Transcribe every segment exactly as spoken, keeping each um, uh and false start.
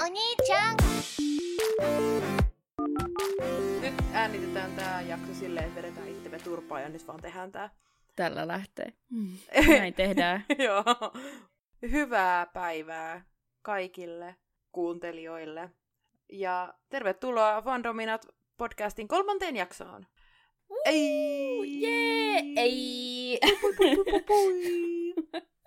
Oni-chan! Nyt äänitetään tää jakso silleen, että vedetään itsemme turpaan ja nyt vaan tehdään tää. Tällä lähtee. Näin tehdään. Joo. Hyvää päivää kaikille kuuntelijoille. Ja tervetuloa Fandominat podcastin kolmanteen jaksoon. Uh, ei! Jee! Ei! Pui, pui, pui, pui, pui.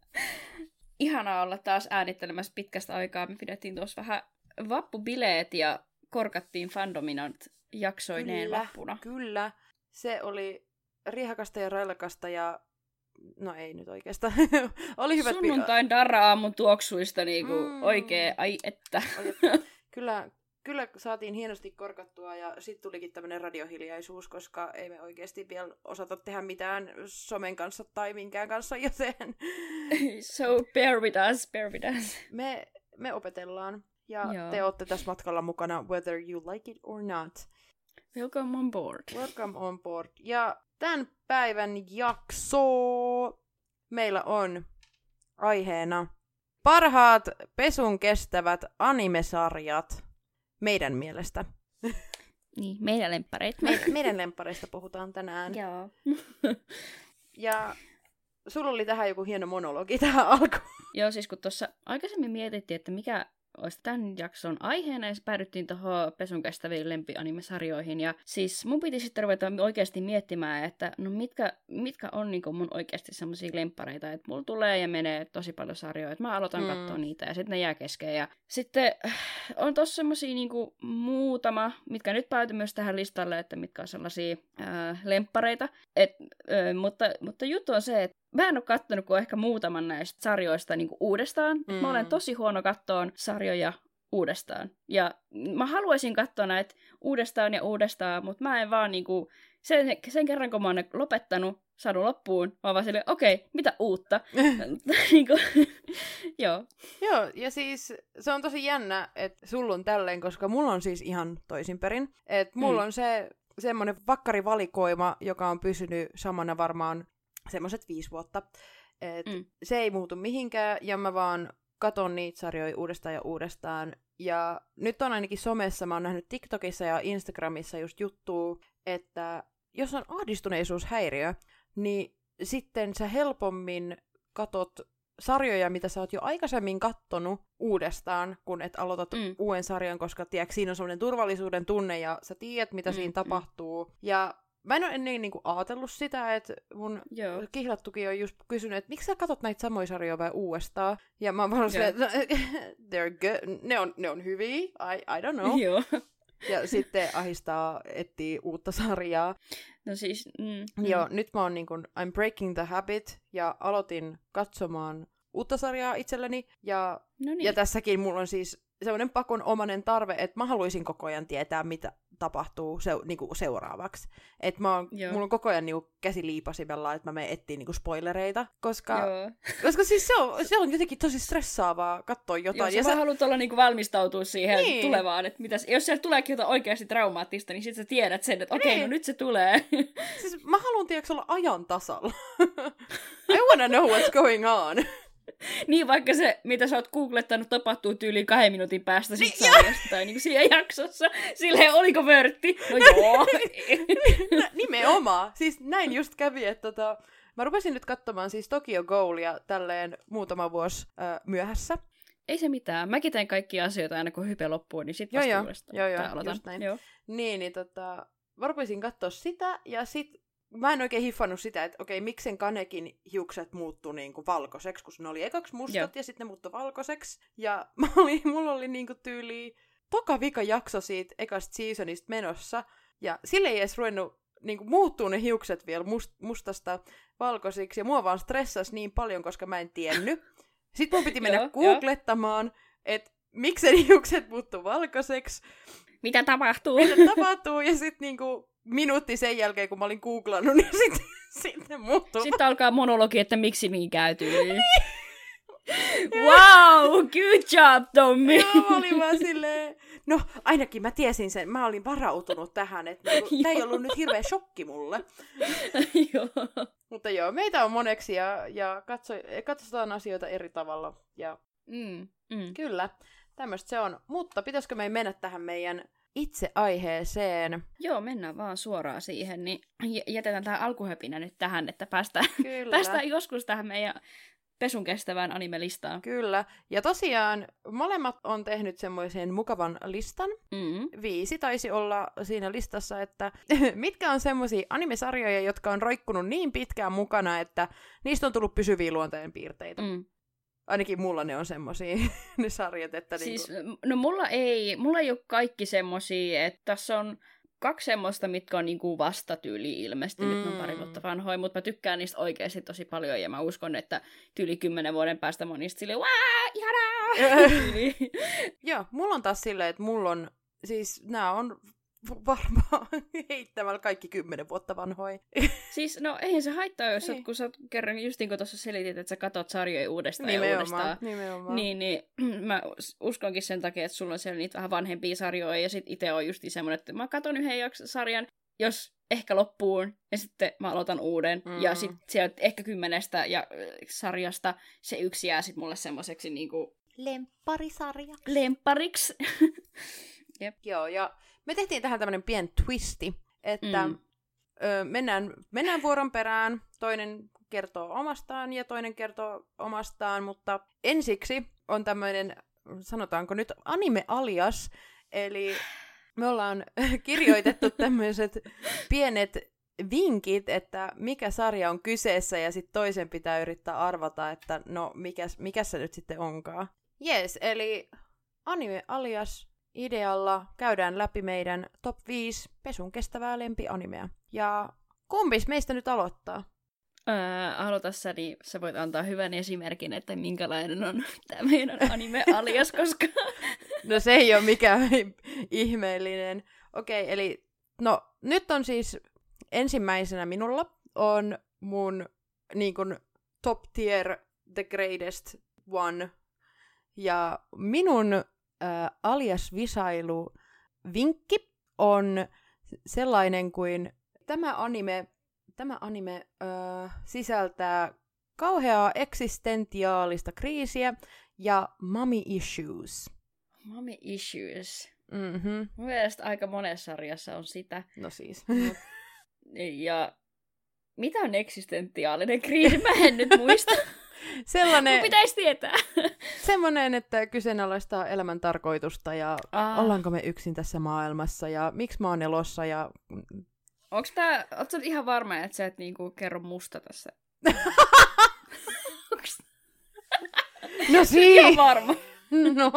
Ihanaa olla taas äänittelemässä pitkästä aikaa. Me pidettiin tuossa vähän vappubileet ja korkattiin Fandominat jaksoineen Kyllä, vappuna. Kyllä. Se oli riehakasta ja railakasta ja... No ei nyt oikeastaan. Oli hyvät... Sunnuntain darra-aamun tuoksuista niinku Mm. oikee, ai että. Kyllä, kyllä saatiin hienosti korkattua ja sitten tulikin tämmöinen radiohiljaisuus, koska ei me oikeasti vielä osata tehdä mitään somen kanssa tai minkään kanssa, joten So bear with us, bear with us. me, me opetellaan. Ja Joo. te olette tässä matkalla mukana, whether you like it or not. Welcome on board. Welcome on board. Ja tämän päivän jakso meillä on aiheena parhaat pesun kestävät animesarjat meidän mielestä. Niin, meidän lemppareita. Me, meidän lemppareista puhutaan tänään. Joo. Ja sulla oli tähän joku hieno monologi tähän alkuun. Joo, siis kun tuossa aikaisemmin mietittiin, että mikä olisi tämän jakson aiheena, ja päädyttiin tuohon pesun kestäviin lempianimesarjoihin. Ja siis mun piti sitten ruveta oikeasti miettimään, että no mitkä, mitkä on niinku mun oikeasti semmoisia lemppareita, että mulla tulee ja menee tosi paljon sarjoja, että mä aloitan Mm. katsoa niitä, ja sitten ne jää kesken. Ja sitten äh, on tossa semmoisia niinku muutama, mitkä nyt päätyi myös tähän listalle, että mitkä on sellaisia äh, lemppareita. Et, äh, mutta, mutta juttu on se, että mä en ole kattonut kuin ehkä muutaman näistä sarjoista niin kuin uudestaan. Mm. Mä olen tosi huono kattoon sarjoja uudestaan. Ja mä haluaisin katsoa näitä uudestaan ja uudestaan, mutta mä en vaan niin kuin, sen, sen kerran kun mä oon ne lopettanut, saanut loppuun, mä oon vaan silleen, okei, okay, mitä uutta? niin kuin, joo. Joo, ja siis se on tosi jännä, että sulla on tälleen, koska mulla on siis ihan toisinperin. Että mulla mm. on se semmoinen vakkarivalikoima, joka on pysynyt samana varmaan semmoiset viisi vuotta. Et mm. Se ei muutu mihinkään, ja mä vaan katon niitä sarjoja uudestaan ja uudestaan. Ja nyt on ainakin somessa, mä oon nähnyt TikTokissa ja Instagramissa just juttua, että jos on ahdistuneisuushäiriö, niin sitten sä helpommin katot sarjoja, mitä sä oot jo aikaisemmin kattonut uudestaan, kun et aloitat mm. uuden sarjan, koska tiedätkö, siinä on semmoinen turvallisuuden tunne, ja sä tiedät, mitä mm, siinä mm. tapahtuu. Ja mä en ole ennen niin kuin ajatellut sitä, että mun Joo. kihlattukin on just kysynyt, että miksi sä katot näitä samoja sarjoja vai uudestaan? Ja mä oon vaan silleen, että they're good. Ne on, ne on hyviä, I, I don't know. Joo. Ja sitten ahistaa etsiä uutta sarjaa. No siis, mm, Joo, mm. nyt mä oon niin kuin, I'm breaking the habit, ja aloitin katsomaan uutta sarjaa itselleni. Ja, no niin. ja tässäkin mulla on siis semmoinen pakonomainen tarve, että mä haluaisin koko ajan tietää, mitä tapahtuu se, niinku seuraavaksi. Että mulla on koko ajan niinku käsi liipasimella, että mä menen etsiin niinku spoilereita, koska, koska siis se on, se on jotenkin tosi stressaavaa katsoa jotain. Joo, sä, ja sä haluat olla niinku valmistautua siihen niin. tulevaan, että mitäs, jos siellä tuleekin jotain oikeasti traumaattista, niin sit sä tiedät sen, että okei, okay, niin. no nyt se tulee. Siis mä haluan tiedätkö olla ajan tasalla. I wanna know what's going on. Niin, vaikka se, mitä sä oot googlettanut, tapahtuu tyyliin kahden minuutin päästä sit niin, sarjasta tai niinku siinä jaksossa. Silleen, oliko vörtti? No joo. Nimenomaan. Siis näin just kävi, että tota, mä rupesin nyt katsomaan siis Tokyo Ghoulia tälleen muutama vuosi äh, myöhässä. Ei se mitään. Mäkin teen kaikkia asioita aina kun hype loppuu, niin sit vasta joo, uudestaan. Joo, joo, just näin. Joo. Niin, niin tota, mä rupesin katsoa sitä ja sit mä en oikein hiffannut sitä, että okei, miksen Kanekin hiukset muuttu niinku valkoiseksi, kun ne oli ekaksi mustat Joo. ja sitten ne muuttu valkoiseksi. Ja mä olin, mulla oli niinku tyyli toka vika jakso siitä ekasta seasonista menossa. Ja sille ei edes ruvennut niinku muuttuu ne hiukset vielä must, mustasta valkoisiksi. Ja mua vaan stressasi niin paljon, koska mä en tiennyt. Sitten mun piti mennä googlettamaan, että miksen hiukset muuttu valkoiseksi. Mitä tapahtuu? Mitä tapahtuu, ja sitten niinku minuutti sen jälkeen, kun mä olin googlannut, niin sitten sit ne muuttuu. Sitten alkaa monologi, että miksi niin käytyy. Wow, good job, Tommi! Joo, mä olin vaan silleen, no ainakin mä tiesin sen, mä olin varautunut tähän, että niinku, tää ei ollut nyt hirveä shokki mulle. Joo. Mutta joo, meitä on moneksi ja, ja katso, katsotaan asioita eri tavalla. Ja mm, mm. Kyllä. tämmöistä se on. Mutta pitäisikö meidän mennä tähän meidän itse aiheeseen? Joo, mennään vaan suoraan siihen, niin jätetään tämä alkuhöpinä nyt tähän, että päästään, päästään joskus tähän meidän pesun kestävään animelistaan. Kyllä. Ja tosiaan molemmat on tehnyt semmoisen mukavan listan. Mm-hmm. Viisi taisi olla siinä listassa, että mitkä on semmoisia animesarjoja, jotka on roikkunut niin pitkään mukana, että niistä on tullut pysyviä luonteenpiirteitä. Mm. Ainakin mulla ne on semmosia ne sarjat, että siis, niinku... no mulla ei, mulla ei ole kaikki semmosia, että tässä on kaksi semmoista, mitkä on niinku vastatyyli ilmeisesti, mm. nyt on pari vuotta vanhoja, mutta mä tykkään niistä oikeasti tosi paljon, ja mä uskon, että tyyli kymmenen vuoden päästä mä oon niistä silleen, waa, ihanaa! Joo, mulla on taas silleen, että mulla on, siis nää on varmaan heittämällä kaikki kymmenen vuotta vanhoja. Siis, no eihän se haittaa, jos ei. Kun sä kerran, just niin kuin tuossa selitit, että sä katot sarjoja uudestaan nimenomaan, ja uudestaan. Nimenomaan. Niin, niin mä uskonkin sen takia, että sulla on siellä niitä vähän vanhempia sarjoja, ja sit itse on just semmoinen, että mä katon yhden jakson sarjan, jos ehkä loppuun, ja sitten mä aloitan uuden, mm. ja sit sieltä ehkä kymmenestä ja sarjasta se yksi jää sit mulle semmoiseksi niinku... Lempparisarjaksi. Lemppariksi. Jep. Joo, ja me tehtiin tähän tämmönen pien twisti, että mm. ö, mennään, mennään vuoron perään, toinen kertoo omastaan ja toinen kertoo omastaan, mutta ensiksi on tämmöinen, sanotaanko nyt anime-alias, eli me ollaan kirjoitettu tämmöiset pienet vinkit, että mikä sarja on kyseessä, ja sitten toisen pitää yrittää arvata, että no mikäs, mikäs se nyt sitten onkaan. Jes, eli anime-alias idealla käydään läpi meidän top viisi pesun kestävää lempianimea. Ja kumpis meistä nyt aloittaa? Öö, aloita sä, niin sä voit antaa hyvän esimerkin, että minkälainen on tämä meidän anime-alias, koska... No se ei ole mikään ihmeellinen. Okei, eli no nyt on siis ensimmäisenä minulla on mun niin kuin top tier, the greatest one. Ja minun Äh, alias-visailu vinkki on sellainen kuin tämä anime, tämä anime äh, sisältää kauheaa eksistentiaalista kriisiä ja mommy issues. Mommy issues. Mm-hmm. Mun mielestä aika monessa sarjassa on sitä. No siis. Ja mitä on eksistentiaalinen kriisi? Mä en nyt muista. Sellainen, mun pitäisi tietää. Semmoinen, että kyseenalaistaa elämän tarkoitusta ja ah. ollaanko me yksin tässä maailmassa ja miksi mä oon elossa ja... Onks tää, oot sä ihan varma, että sä et niinku kerro musta tässä? Onks... No siis! Ihan varma. No.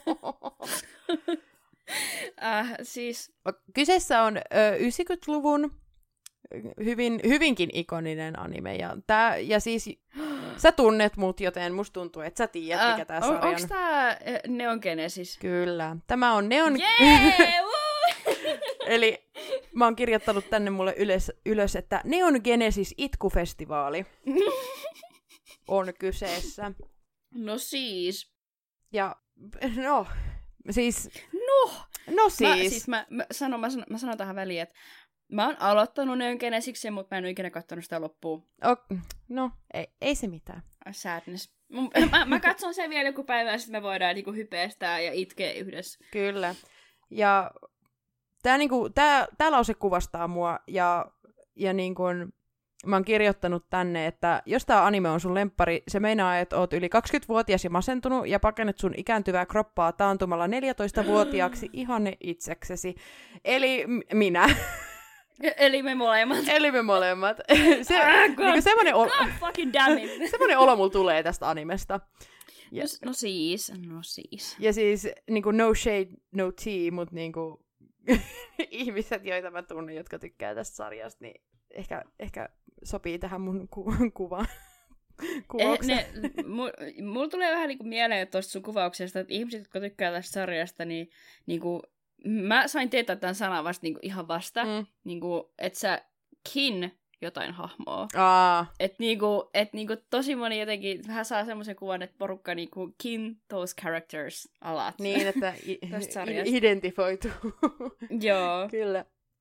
äh, siis... Kyseessä on ö, yhdeksänkymmentäluvun hyvin, hyvinkin ikoninen anime. Ja, tää, ja siis sä tunnet mut, joten musta tuntuu, että sä tiedät, mikä tää äh, sarja on. Onks tää Neon Genesis? Kyllä. Tämä on Neon... Yeah! Eli mä oon kirjoittanut tänne mulle ylös, ylös että Neon Genesis itkufestivaali on kyseessä. No siis. Ja no, siis... No! No siis. Mä, siis mä, mä, sanon, mä, sanon, mä sanon tähän väliin, että mä oon aloittanut Neon Genesiksen, mutta mä en ole ikinä katsonut sitä loppuun. Oh, no, ei, ei se mitään. Sadness. Mä, mä katson sen vielä joku päivä, ja sitten me voidaan niinku hypeestää ja itkeä yhdessä. Kyllä. Ja tää, niinku, tää, tää lause kuvastaa mua, ja, ja niinku, mä oon kirjoittanut tänne, että jos tää anime on sun lemppari, se meinaa, että oot yli kaksikymmentävuotias ja masentunut, ja pakennet sun ikääntyvää kroppaa taantumalla neljätoistavuotiaaksi ihanne itseksesi. Eli m- minä. Eli me molemmat. Eli me molemmat. Se, ah, God, niinku semmonen, ol... God fucking damn it. semmonen olo mulla tulee tästä animesta. Ja... No, no siis, no siis. Ja siis, niinku no shade, no tea, mut niinku ihmiset, joita mä tunnen, jotka tykkää tästä sarjasta, niin ehkä, ehkä sopii tähän mun ku- kuvaan. Kuvaukseen. Eh, Mulla tulee vähän niinku mieleen tuosta sun kuvauksesta, että ihmiset, jotka tykkää tästä sarjasta, niin niinku, mä sain tietää tämän sanan vasta niinku ihan vasta, mm. niinku, että sä kin jotain hahmoa. Aa. Että niinku, et niinku tosi moni jotenkin vähän saa semmoisen kuvan, että porukka niinku kin those characters a lot. Niin, että i- identifoituu. Joo. Kyllä.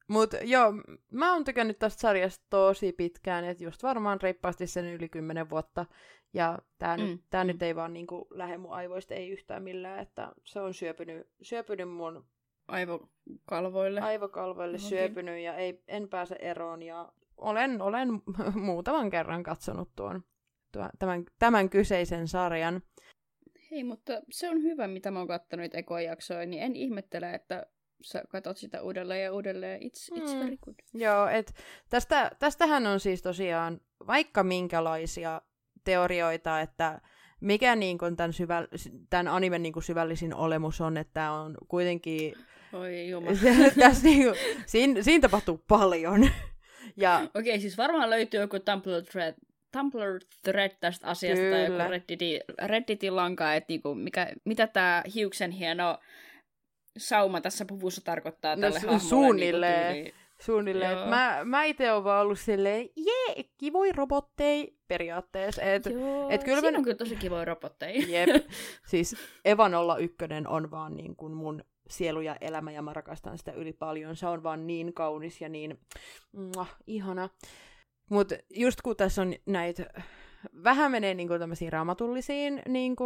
Mut joo, mä oon tykännyt tästä sarjasta tosi pitkään, että just varmaan reippaasti sen yli kymmenen vuotta. Ja tää, mm. nyt, tää mm. nyt ei vaan niinku lähde mun aivoista ei yhtään millään, että se on syöpynyt, syöpynyt mun aivokalvoille, aivokalvoille syöpynyt ja ei, en pääse eroon. Ja olen, olen muutaman kerran katsonut tuon, tuon tämän, tämän kyseisen sarjan. Hei, mutta se on hyvä, mitä mä oon kattonut niitä ekoja jaksoja, niin en ihmettele, että sä katot sitä uudelleen ja uudelleen. It's, it's mm. very good. Joo, et tästä, tästähän on siis tosiaan vaikka minkälaisia teorioita, että mikä niin kuin tämän, syväl, tämän animen niin kuin syvällisin olemus on, että tämä on kuitenkin... Oi jumala. Tässä, niin kuin, siinä, siinä tapahtuu paljon. Ja... Okei, okay, siis varmaan löytyy joku Tumblr thread, Tumblr thread tästä asiasta, Kyllä. tai joku Redditin, Redditin lanka, että niinku, mikä, mitä tämä hiuksen hieno sauma tässä puvussa tarkoittaa no, tälle hahmolle. Suunnilleen. Niin suunnilleen. Mä, mä itse oon vaan ollut silleen, jee, kivoja robotteja periaatteessa. Et, Joo, et kyllä siinä mä... on kyllä tosi kivoja robotteja. Jep. Siis Eva nolla yksi on vaan niin kuin mun sielu ja elämä, ja mä rakastan sitä yli paljon. Se on vaan niin kaunis ja niin muah, ihana. Mut just kun tässä on näitä, vähän menee niinku tämmöisiin raamatullisiin niinku,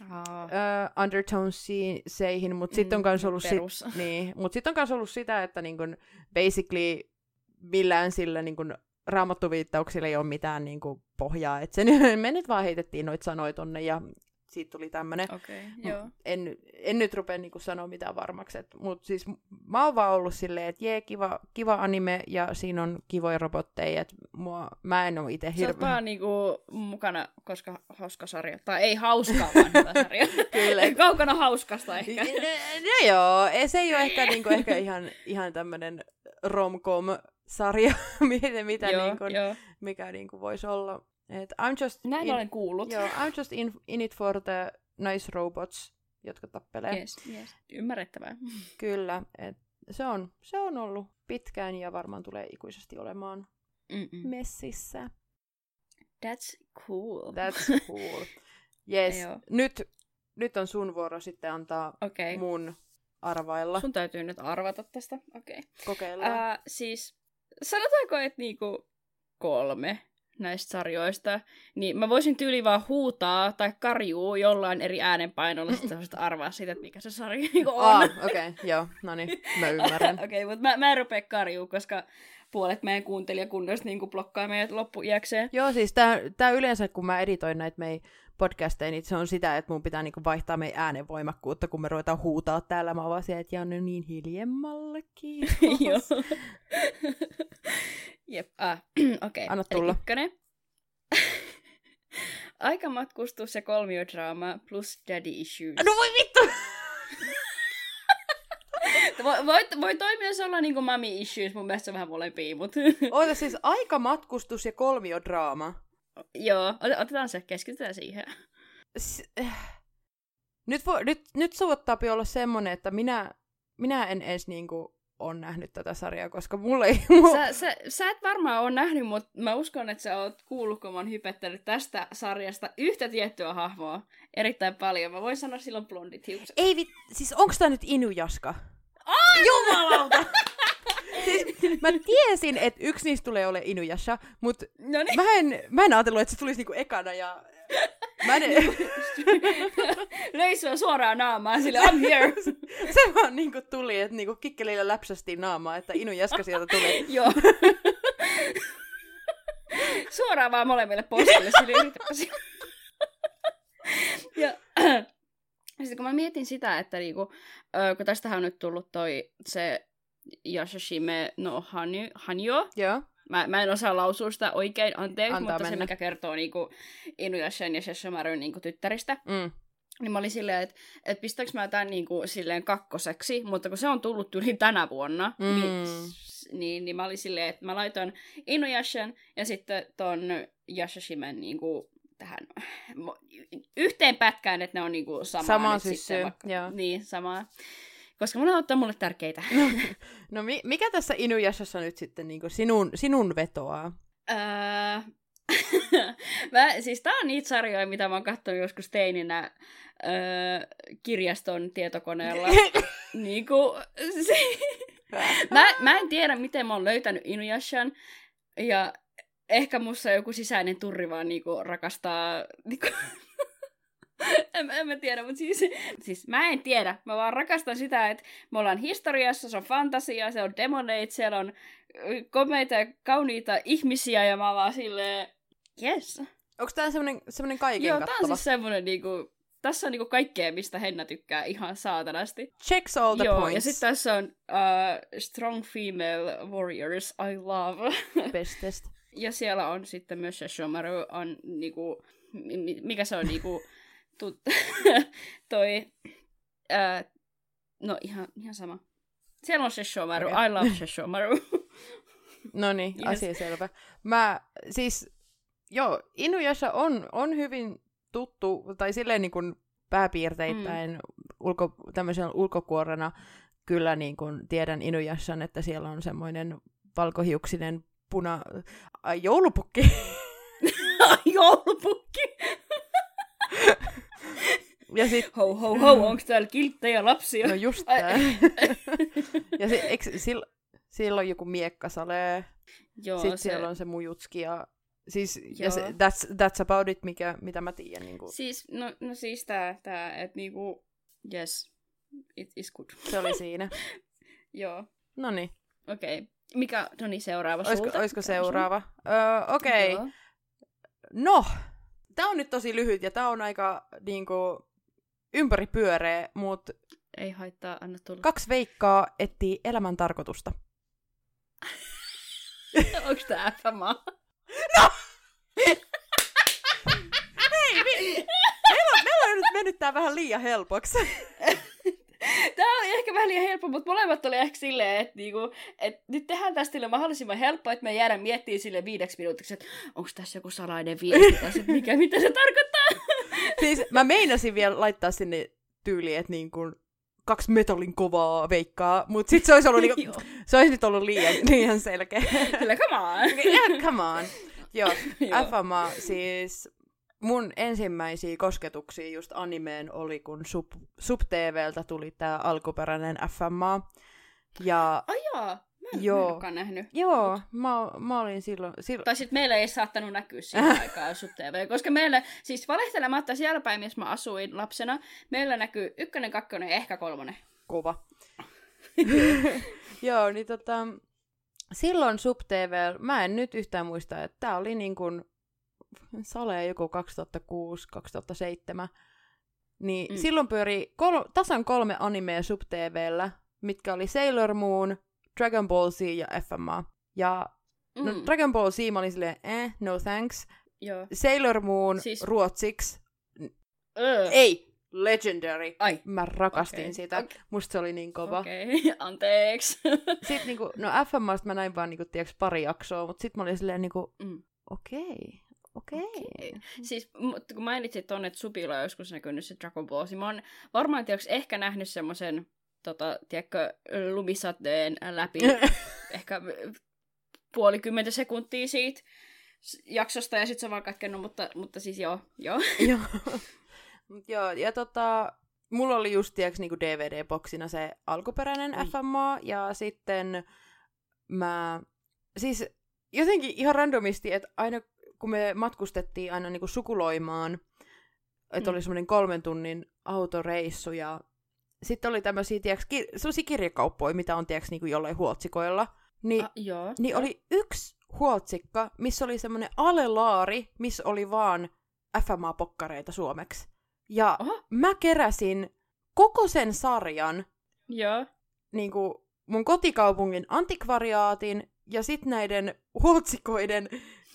uh, undertonesiin, mutta sitten on kans ollut, sit, niin, mut sit on kans ollut sitä, että niinku, basically millään sillä niinku, raamattuviittauksilla ei ole mitään niinku, pohjaa. Et sen, me nyt vaan heitettiin noita sanoja tonne ja siitä tuli tämmönen. Okay, joo. En, en nyt rupea niinku sanoa mitään varmaksi. Mutta siis mä oon vaan ollut silleen, että jee, kiva, kiva anime ja siinä on kivoja robotteja. Et mua, mä en oo ite hirveä. Sä oot vaan niinku mukana, koska hauska sarja. Tai ei hauskaa, vaan hyvä sarja. Kyllä. Kaukana hauskasta ehkä. No joo, se ei ole ehkä, niinku, ehkä ihan, ihan tämmönen rom-com-sarja, mitä, mitä joo, niinku, joo. mikä niinku voisi olla. Et I'm just Näin in, olen kuullut. Joo, I'm just in, in it for the nice robots, jotka tappelee. Yes, yes. Ymmärrettävää. Kyllä, et se, on, se on ollut pitkään ja varmaan tulee ikuisesti olemaan Mm-mm. messissä. That's cool. That's cool. Yes, nyt, nyt on sun vuoro sitten antaa okay. mun arvailla. Sun täytyy nyt arvata tästä. Okei. Okay. Kokeillaan. Uh, siis, sanotaanko, että niinku kolme näistä sarjoista, niin mä voisin tyyli vaan huutaa tai karjuu jollain eri äänenpainolla sitten arvaa siitä, että mikä se sarja on. Ah, okei, okay, joo, no niin, mä ymmärrän. Okei, okay, mutta mä, mä en rupea karjuu, koska puolet meidän kuuntelijakunnasta niin blokkaa meidät loppuiäkseen. Joo, siis tää, tää yleensä, kun mä editoin näitä meidän podcasteja, niin se on sitä, että mun pitää niinku vaihtaa meidän äänenvoimakkuutta, kun me ruvetaan huutaa täällä. Mä oon vaan siellä, että Janne niin hiljemmalle, kiitos. Joo. Jep, ah, okei. Okay. Anna tulla. Eli ykkönen. Aikamatkustus ja kolmiodraama plus daddy issues. No voi vittu! voi, voi, voi toimia olla niinku mommy issues, mun mielestä se on vähän molempia, mutta... Oota siis aikamatkustus ja kolmiodraama. Joo, otetaan se, keskitytään siihen. S- nyt, vo, nyt, nyt suottaa olla semmonen, että minä, minä en edes niinku on nähnyt tätä sarjaa, koska mulla ei... Sä, sä, sä et varmaan ole nähnyt, mutta mä uskon, että sä oot kuullut, kun mä oon hypettänyt tästä sarjasta yhtä tiettyä hahmoa erittäin paljon. Mä voin sanoa silloin blondit hiukset. Ei vit... Siis onks tää nyt Inuyasha? Ai! Jumalauta! Siis, mä tiesin, että yksi niistä tulee olemaan Inuyasha, mutta Noniin. mä en, mä en ajatellut, että se tulisi niinku ekana ja... Mä en... Löi sua suoraan naamaan sille, I'm here! Se vaan niinku tuli, että niinku kikkelillä läpsästiin naamaa, että Inuyasha sieltä tuli. Joo. Suoraan vaan molemmille postille sille yritäpäsi. Ja sitten kun mä mietin sitä, että niinku, kun tästähän on nyt tullut toi se Yashashime no Hanyu, Hanyo. Joo. Mä, mä en osaa lausua sitä oikein, anteeksi, Antaa mutta mennä. Se, mikä kertoo niinku Inuyashan ja Sesshomarun niinku tyttäristä. Mm. Niin mä olin silleen, että et pistääkö mä tämän niinku silleen kakkoseksi, mutta kun se on tullut yli tänä vuonna, mm. niin, niin, niin mä olin silleen, että mä laitoin Inuyashan ja sitten ton Yashashimen niinku tähän yhteen pätkään, että ne on niinku samaa. Sama syssy, joo. Niin, samaa. Koska mulla ottaa mulle tärkeitä. No, no mi- mikä tässä Inuyashassa nyt sitten niinku sinun, sinun vetoaa? Öö... mä, siis tää on niitä sarjoja, mitä mä oon katsonut joskus teininä öö, kirjaston tietokoneella. niinku... Se... mä, mä en tiedä, miten mä oon löytänyt Inuyashan, ja ehkä musta joku sisäinen turri vaan niinku rakastaa... Niinku... en, en mä tiedä, mutta siis, siis mä en tiedä. Mä vaan rakastan sitä, että me ollaan historiassa, se on fantasia, se on demoneita, siellä on komeita ja kauniita ihmisiä, ja mä vaan silleen, yes. Onko tää semmonen, semmonen kaiken Joo, kattava? tää on siis semmonen niinku, tässä on niinku kaikkea, mistä Henna tykkää ihan saatanasti. Checks all the Joo, points. ja sitten tässä on uh, Strong Female Warriors, I love. Bestest. Ja siellä on sitten myös Sesshomaru, on niinku, mikä se on niinku, tu, toi, uh, no ihan, ihan sama. Siellä on Sesshomaru, okay. I love Sesshomaru. Noniin, yes. Asia selvä. Mä, siis, joo, Inuyasha on, on hyvin tuttu, tai silleen niin kuin pääpiirteittäin mm. ulko, tämmöisen ulkokuorena kyllä niin kuin tiedän Inuyashan, että siellä on semmoinen valkohiuksinen puna... Ai, joulupukki! Joulupukki! Ja sit... Ho, ho, ho, onko täällä kilttejä lapsia? No just tää. Ja si, eikö, sillä, sillä on joku miekkasalee. Joo, sitten se... siellä on se mujutski ja... Siis, Joo. ja se, that's, that's about it, mikä, mitä mä tiedän. Niin kuin. Siis, no, no siis tää, tää että niinku, yes, it is good. Se oli siinä. Joo. Noniin. Okei. Okay. Mikä, no niin, seuraava oisko, sulta? Oisko seuraava? Öö, Okei. Okay. No, tää on nyt tosi lyhyt ja tää on aika niinku ympäripyöreä, mut... Ei haittaa, anna tulla. Kaksi Veikkaa etsii elämän tarkoitusta. Onks tää F M A? No! Hei, mi- meillä, on, meillä on nyt mennyt tää vähän liian helpoksi. Tää oli ehkä vähän liian helppo, mutta molemmat oli ehkä silleen, että niinku, et nyt tehdään tästä mahdollisimman helppoa, että me ei jäädä miettimään sille viideksi minuutiksi, että onko tässä joku salainen viesti tässä, että mikä, mitä se tarkoittaa. Siis mä meinasin vielä laittaa sinne tyyliin, että niin kuin kaksi metallin kovaa Veikkaa, mutta sit se olisi ollut niinku, se olisi nyt ollut liian, liian selkeä. Kyllä, come on. Yeah, come on. Joo, F M A siis... Mun ensimmäisiä kosketuksia just animeen oli, kun Sub, Sub-T V:ltä tuli tää alkuperäinen F M A. Ja... Ai jaa, mä en, joo, mä en olekaan nähnyt. Joo, mä, mä olin silloin... silloin... Tai sit meillä ei saattanut näkyä siinä aikaa Sub-T V, koska meillä, siis valehtelematta siellä päin, missä mä asuin lapsena, meillä näkyy ykkönen, kakkonen ja ehkä kolmonen. Kova. Joo, niin tota... Silloin Sub-T V, mä en nyt yhtään muista, että tää oli niin kuin... Salee joku kaksituhattakuusi kaksituhattaseitsemän, niin mm. silloin pyöri kol- tasan kolme animea Sub-T V:llä, mitkä oli Sailor Moon, Dragon Ball Z ja F M A. Ja mm. no, Dragon Ball Z mä olin silleen, eh, no thanks. Joo. Sailor Moon siis... ruotsiksi. Uh. Ei, Legendary. Ai. Mä rakastin okay. sitä. Okay. Musta se oli niin kova. Okei, okay. Anteeksi. Sitten niinku, no F M A:sta mä näin vaan niinku, tiiäks, pari jaksoa, mutta sit mä olin silleen niinku, mm. okei. Okay. Okei. Okay. Okay. Siis, mutta kun mainitsit tonne, että Supilla on joskus näkynyt se Dragon Ball, niin mä oon varmaan tiiäks, ehkä nähnyt semmoisen, tota, tiedätkö, lumisateen läpi, ehkä puolikymmentä sekuntia siitä jaksosta, ja sit se on vaan katkennut, mutta, mutta siis joo, joo. joo. Joo, ja tota, mulla oli just, tiiäks, niinku D V D-boksina se alkuperäinen mm. F M A, ja sitten mä, siis jotenkin ihan randomisti, että aina kun me matkustettiin aina niinku sukuloimaan, että mm. oli semmoinen kolmen tunnin autoreissu, ja sitten oli tämmöisiä, tiiäks, kir- sellaisia kirjakauppoja, mitä on, tiiäks, niinku jollain huotsikoilla. Ni- ah, joo, niin joo. Oli yksi huotsikka, missä oli semmoinen alelaari, missä oli vaan F M A-pokkareita suomeksi. Ja Oha. Mä keräsin koko sen sarjan joo. Niinku mun kotikaupungin antikvariaatin ja sit näiden huotsikoiden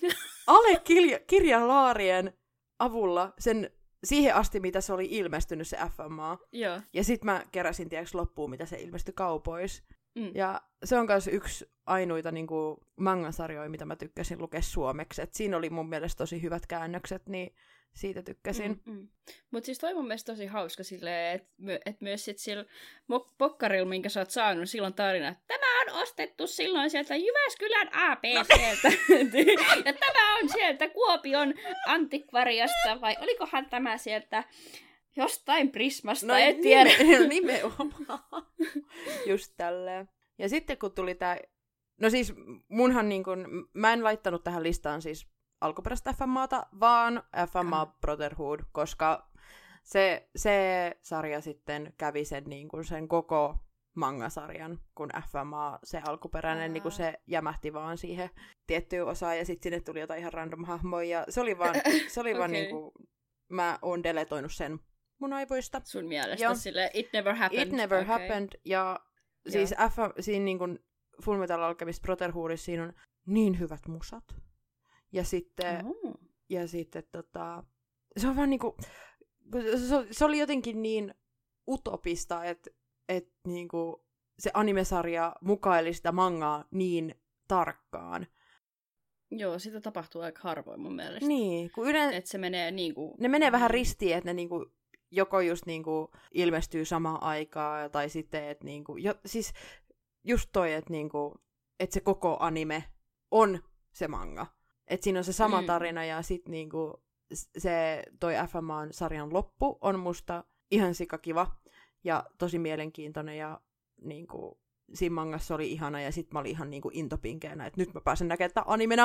alekirjalaarien avulla sen siihen asti, mitä se oli ilmestynyt se F M A. Joo. Ja sit mä keräsin tiiäks loppuun, mitä se ilmestyi kaupoissa. Mm. Ja se on myös yksi ainuita niinku mangasarjoja, mitä mä tykkäsin lukea suomeksi. Et siinä oli mun mielestä tosi hyvät käännökset, niin siitä tykkäsin. Mm, mm. Mutta siis toi mun mielestä tosi hauska silleen, että my, et myös sit sillä mo- pokkarilla, minkä sä oot saanut, silloin tarina, että tämä on ostettu silloin sieltä Jyväskylän A B C:ltä. Ja tämä on sieltä Kuopion antikvariasta, vai olikohan tämä sieltä jostain Prismasta, no, en tiedä. Nimenomaan. Just tälleen. Ja sitten kun tuli tää... No siis munhan niin kun... Mä en laittanut tähän listaan siis alkuperäistä F M A:ta, vaan F M A Brotherhood, koska se, se sarja sitten kävi sen, niin kun sen koko manga-sarjan, kun F M A, se alkuperäinen, niin kun se jämähti vaan siihen tiettyyn osaan, ja sitten sinne tuli jotain ihan random hahmoja, ja se oli vaan, se oli okay. vaan niin kuin, mä oon deletoinut sen mun aivoista. Sun mielestä ja sille it never happened. It never okay. happened, ja siis F, siinä niin kuin Fullmetal Alchemist Brotherhoodissa siinä on niin hyvät musat. Ja sitten, oh. ja sitten tota, se on vaan niinku, se, se oli jotenkin niin utopista, että et niinku se animesarja mukaili sitä mangaa niin tarkkaan. Joo, sitä tapahtuu aika harvoin mun mielestä. Niin, kun yleensä... Että se menee niinku... Ne menee vähän ristiin, että ne niinku joko just niinku ilmestyy samaan aikaan, tai sitten, että niinku... Jo, siis just toi, että niinku, et se koko anime on se manga. Että siinä on se sama tarina, mm. ja sit niinku se toi F M A-sarjan loppu on musta ihan sikakiva, ja tosi mielenkiintoinen, ja niinku... Siinä mangassa oli ihana, ja sit mä olin ihan niinku intopinkeänä, että nyt mä pääsen näkemään tätä animena.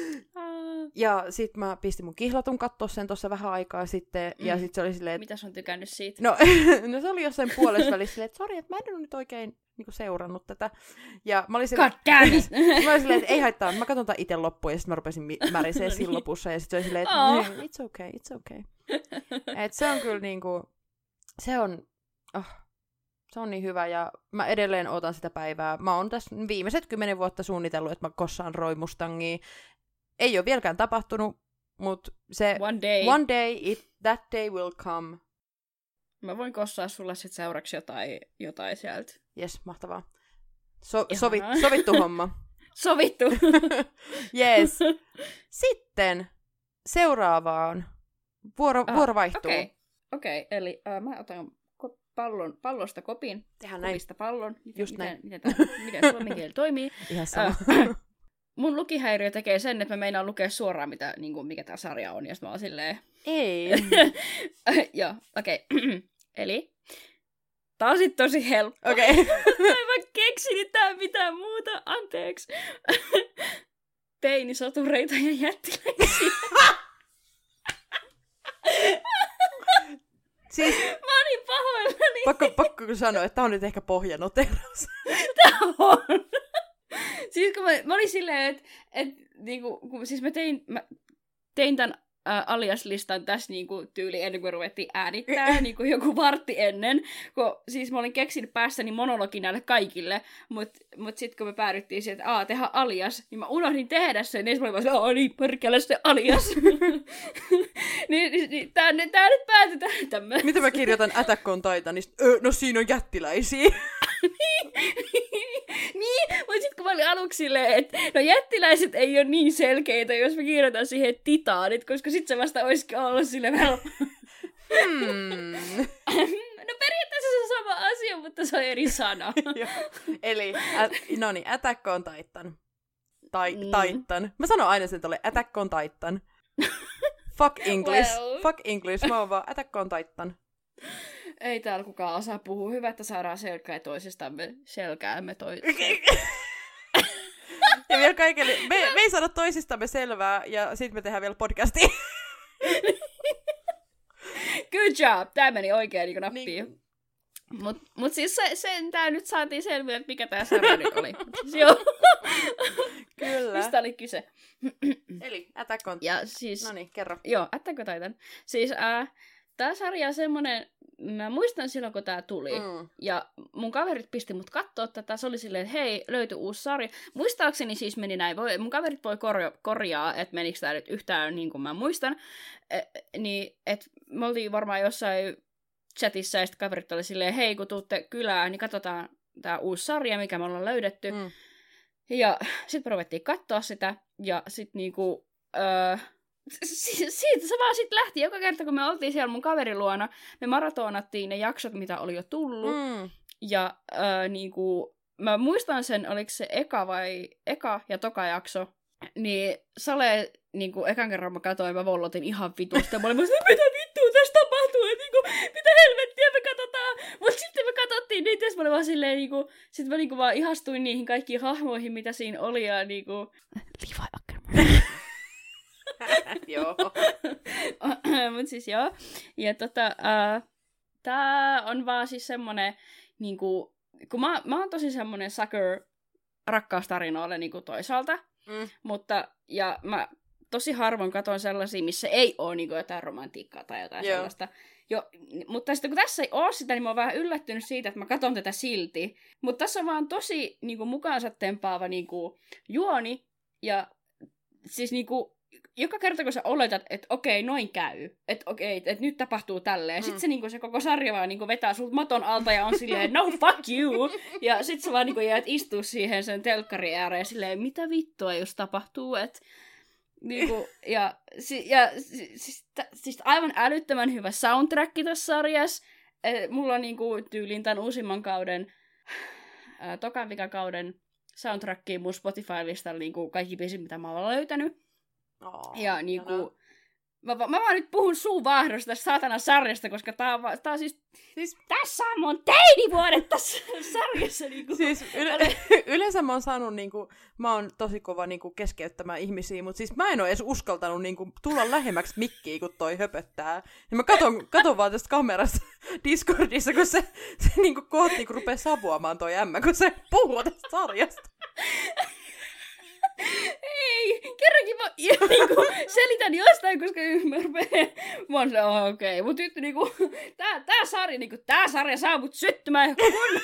Ja sit mä pistin mun kihlatun kattoo sen tossa vähän aikaa sitten, mm. ja sit se oli silleen, että... Mitä sä on tykännyt siitä? No, no se oli jossain puolessa välissä silleen, että sori, että mä en ole nyt oikein niinku seurannut tätä. Ja mä olin silleen, mä olin silleen, että ei haittaa, mä katson tää ite loppuun, ja sit mä rupesin märisee no siinä lopussa, ja sit se oli silleen, että oh. it's okay, it's okay. Et se on kyllä niinku, se on, oh, se on niin hyvä, ja mä edelleen odotan sitä päivää. Mä oon tässä viimeiset kymmenen vuotta suunnitellut, että mä kossaan Roy Mustangia. Ei ole vieläkään tapahtunut, mutta se... One day. One day, it, that day will come. Mä voin kossaa sulle sit seuraavaksi jotain, jotain sieltä. Jes, mahtavaa. So, sovit, sovittu homma. Sovittu. Yes. Sitten seuraavaan. Vuoro, ah, vuoro vaihtuu. Okei, okay. okay. Eli uh, mä otan ko- pallon, pallosta kopin. Tehdään näin. Kopista pallon. Miten, Just miten, näin. Miten, miten, miten suomen kieli toimii. Ihan sama. Uh, mun lukihäiriö tekee sen, että mä meinaan lukea suoraan, mitä, niin kuin, mikä tää sarja on. Ja sit mä oon silleen... Ei. Joo, okei. Okay. Eli... Tää on sit tosi helppo. Okei. Okay. Mä en keksin tää mitään muuta. Anteeksi. Teinisotureita ja jättiläisiä. Siis... Mä olin pahoillani. Pakko, pakko sanoa, että tää on nyt ehkä pohjanoteraus. Tää on. Siis kun mä, mä olin silleen, että et, niinku, kun, siis mä tein, mä tein tämän ä, alias-listan tässä niinku, tyyli ennen kuin me ruvettiin äänittää, niinku joku vartti ennen, kun siis mä olin keksinyt päässäni monologi näille kaikille, mutta mut sitten kun me päädyttiin siihen, että aa, tehdään alias, niin mä unohdin tehdä sen, niin mä olin vaan silleen, aa niin, perkele se alias. niin, niin, niin tää, tää nyt päätetään tämmöinen. Mitä mä kirjoitan Attack on Titanista? Öö, no siinä on jättiläisiä. niin, mutta sitten kun mä olin aluksi silleen, että no jättiläiset ei ole niin selkeitä, jos mä kirjoitan siihen titaanit, koska sit se vasta olisikin ollut silleen vähän... hmm. No periaatteessa se on sama asia, mutta se on eri sana. Eli, at, no niin, Attack on Titan. Tai, mm. Titan. Mä sanon aina sen tolle, Attack on Titan. Fuck English. Well. Fuck English, mä oon vaan Attack on Titan. Ei täällä kukaan osaa puhua. Hyvä, että saadaan selkää toisistamme. Selkäämme toisistamme. Ja vielä kaikille, me, me ei saada toisistamme selvää, ja sit me tehdään vielä podcastia. Good job! Tää meni oikein niin nappiin. Niin. Mut, mut siis se, sen tää nyt saatiin selviä, että mikä tää sarja nyt oli. Siis joo. Kyllä. Mistä oli kyse? Eli Attack on... Ja siis... Noniin, kerro. Joo, Attack on Titan. Siis äh, tää sarja on semmonen... Mä muistan silloin, kun tää tuli. Mm. Ja mun kaverit pisti mut kattoo tätä. Se oli silleen, että hei, löytyi uusi sarja. Muistaakseni siis meni näin. Voi, mun kaverit voi korja, korjaa, että menikö tää nyt yhtään niin kuin mä muistan. E, niin, että me oltiin varmaan jossain chatissa ja sitten kaverit oli silleen, hei, kun tuutte kylään, niin katsotaan tää uusi sarja, mikä me ollaan löydetty. Mm. Ja sit me ruvettiin katsoa sitä. Ja sit niinku... Öö, Si- siitä se vaan sitten lähti. Joka kerta, kun me oltiin siellä mun kaverin luona, me maratonattiin ne jaksot, mitä oli jo tullut. Mm. Ja äh, niinku, mä muistan sen, oliko se eka vai eka ja toka jakso. Niin Sale, niinku, ekan kerran mä katsoin, mä vollotin ihan vitusta. Mä olin mä sanoin, mitä vittua tässä tapahtuu, että niinku, mitä helvettiä me katsotaan. Mutta sitten me katsottiin niitä, ja mä olin vaan silleen, niinku, sit mä niinku vaan ihastuin niihin kaikkiin hahmoihin, mitä siinä oli, ja niinku... Levi Ackerman. Joo. Mut siis joo. Ja tota, uh, tää on vaan siis semmonen, niinku, kun mä, mä oon tosi semmonen sucker rakkaustarinoille niinku toisaalta, mm. mutta, ja mä tosi harvoin katon sellaisia, missä ei oo niinku jotain romantiikkaa tai jotain joo. sellaista. Jo, mutta sitten kun tässä ei oo sitä, niin mä oon vähän yllättynyt siitä, että mä katon tätä silti. Mutta tässä on vaan tosi niinku, mukaansa tempaava niinku, juoni, ja siis niinku, joka kerta, kun sä oletat, että okei, noin käy, että okei, että nyt tapahtuu tälleen, mm. sit se, niinku, se koko sarja vaan niinku, vetää sut maton alta ja on silleen, no fuck you, ja sit sä vaan niinku, jäät istua siihen sen telkkarin ääreen silleen, mitä vittua jos tapahtuu, että niinku, ja, si, ja siis, t- siis aivan älyttömän hyvä soundtrack tässä sarjassa, et, mulla on niinku, tyylin tämän uusimman kauden, ää, tokan vikakauden soundtrackiin mun Spotify-listalla niinku, kaikki biisit, mitä mä oon löytänyt. Oh, ja niinku, mä, mä vaan nyt puhun suun vaahdosta tästä saatanan sarjasta, koska tää on, tää on siis, siis, tässä on mun teinivuodet tässä sarjassa. Niinku. Siis yle, yleensä mä oon saanut, niinku, mä oon tosi kova niinku, keskeyttämään ihmisiä, mutta siis mä en oo edes uskaltanut niinku, tulla lähemmäksi mikkiä, kun toi höpöttää. Ja mä katon, katon vaan tästä kamerasta Discordissa, kun se, se niinku, kohti niinku, rupee savuamaan toi ämmä, kun se puhuu tästä sarjasta. Ei, kerrankin mä niinku, selitän jostain, koska mä rupean, mä oon se, oh, okei, okay. Mut nyt niinku, tää, tää sarja, niinku, tää sarja saa mut syttymään kun...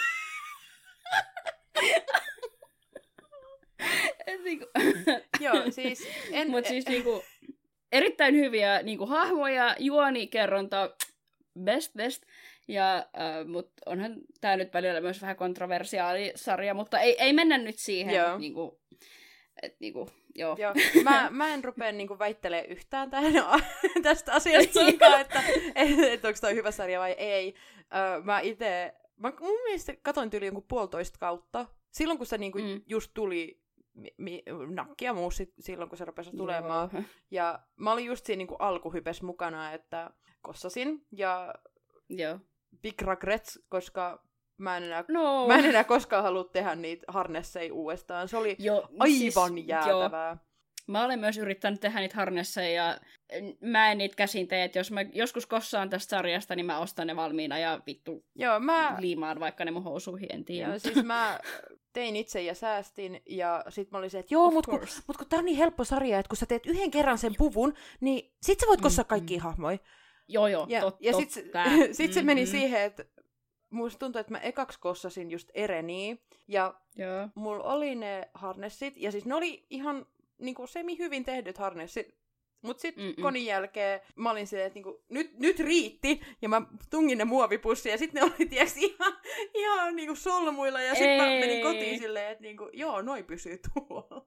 Et niinku... Joo, siis... En, Mut siis niinku, erittäin hyviä niinku, hahmoja, juonikerronta, best best. Ja, äh, mut onhan tää nyt välillä myös vähän kontroversiaali sarja, mutta ei, ei mennä nyt siihen, joo. Niinku... Et niinku, joo. joo. Mä, mä en rupea niinku väittelemään yhtään tähän, tästä asiasta sunkaan, että et, et onko toi hyvä sarja vai ei. Öö, mä ite, mä mun mielestä katoin tyyli jonkun puolitoista kautta. Silloin kun se niinku mm. just tuli mi, mi, nakki ja muu sit, silloin kun se rupesi tulemaan. Joo. Ja mä olin just siinä niinku alkuhypes mukana, että kossasin. Ja joo. big regrets, koska... Mä en, enää, no. mä en enää koskaan halua tehdä niitä harnesseja uudestaan. Se oli jo, aivan siis, jäätävää. Jo. Mä olen myös yrittänyt tehdä niitä harnesseja ja mä en niitä käsin tee, että jos mä joskus kossaan tästä sarjasta, niin mä ostan ne valmiina ja vittu joo, mä... liimaan vaikka ne mun housuihin, en tiedä. Joo, siis mä tein itse ja säästin ja sit mä olin se, että joo, mut kun, mut kun tää on niin helppo sarja, että kun sä teet yhden kerran sen puvun, niin sit sä voit kossaa mm, kaikkia mm. hahmoja. Joo, joo, ja, tot, ja tot, sit, sit se meni mm-hmm. siihen, että musta tuntuu, että mä ekaksi kossasin just Ereniä, ja yeah. mulla oli ne harnessit, ja siis ne oli ihan niinku semi hyvin tehdyt harnessit, mut sit Mm-mm. konin jälkeen mä olin silleen, että niinku, nyt, nyt riitti, ja mä tungin ne muovipussiin, ja sit ne oli tiiäks ihan, ihan niinku solmuilla, ja sit Ei. mä menin kotiin silleen, että niinku, joo, noi pysyy tuolla.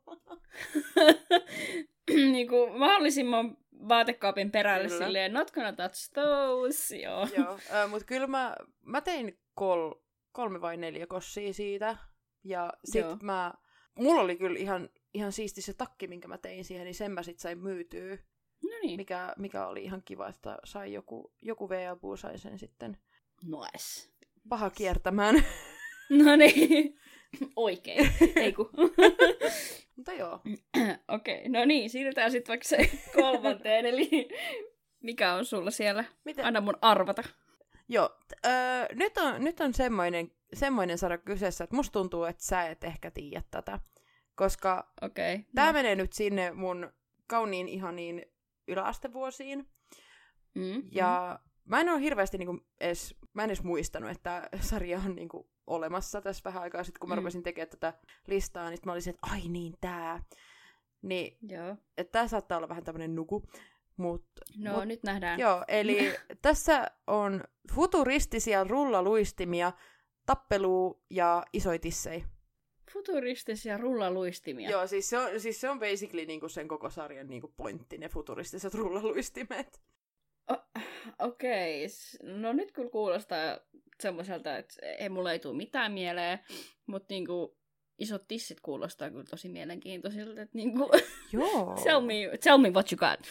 niinku mahdollisimman vaatekaapin perälle kyllä. Silleen, not gonna touch those, joo. Joo, äh, mut kyllä mä, mä tein kol, kolme vai neljä kossia siitä, ja sit joo. mä, mulla oli kyllä ihan, ihan siisti se takki, minkä mä tein siihen, niin sen mä sit sain myytyä, Noniin. mikä, mikä oli ihan kiva, että sai joku, joku V-apu sai sen sitten nice. paha kiertämään. No niin, oikein, ei ku. Mutta joo. Okei, okay. No niin, siirrytään sitten vaikka se kolmanteen, eli mikä on sulla siellä? Mitä? Anna mun arvata. Joo, t- öö, nyt on, nyt on semmoinen, semmoinen sarja kyseessä, että musta tuntuu, että sä et ehkä tiedä tätä, koska okay. tää no. menee nyt sinne mun kauniin ihaniin yläastevuosiin, mm, ja mm. mä en ole hirveästi niinku edes, mä en edes muistanut, että sarja on niinku olemassa tässä vähän aikaa sitten, kun mä mm. rupesin tekemään tätä listaa, niin mä olisin, että ai niin, tää. Niin, joo. että tää saattaa olla vähän tämmönen nuku. Mut, no, mut, nyt nähdään. Joo, eli tässä on futuristisia rullaluistimia, tappelua ja isoja tissejä. Futuristisia rullaluistimia? Joo, siis se on, siis se on basically niinku sen koko sarjan niinku pointti, ne futuristiset rullaluistimet. Oh, okei, okay. No nyt kyllä kuulostaa semmoiselta, että ei mulla ei tule mitään mieleen, mutta niinku isot tissit kuulostaa kyllä tosi mielenkiintoisilta, että niinku joo. tell me, tell me what you got.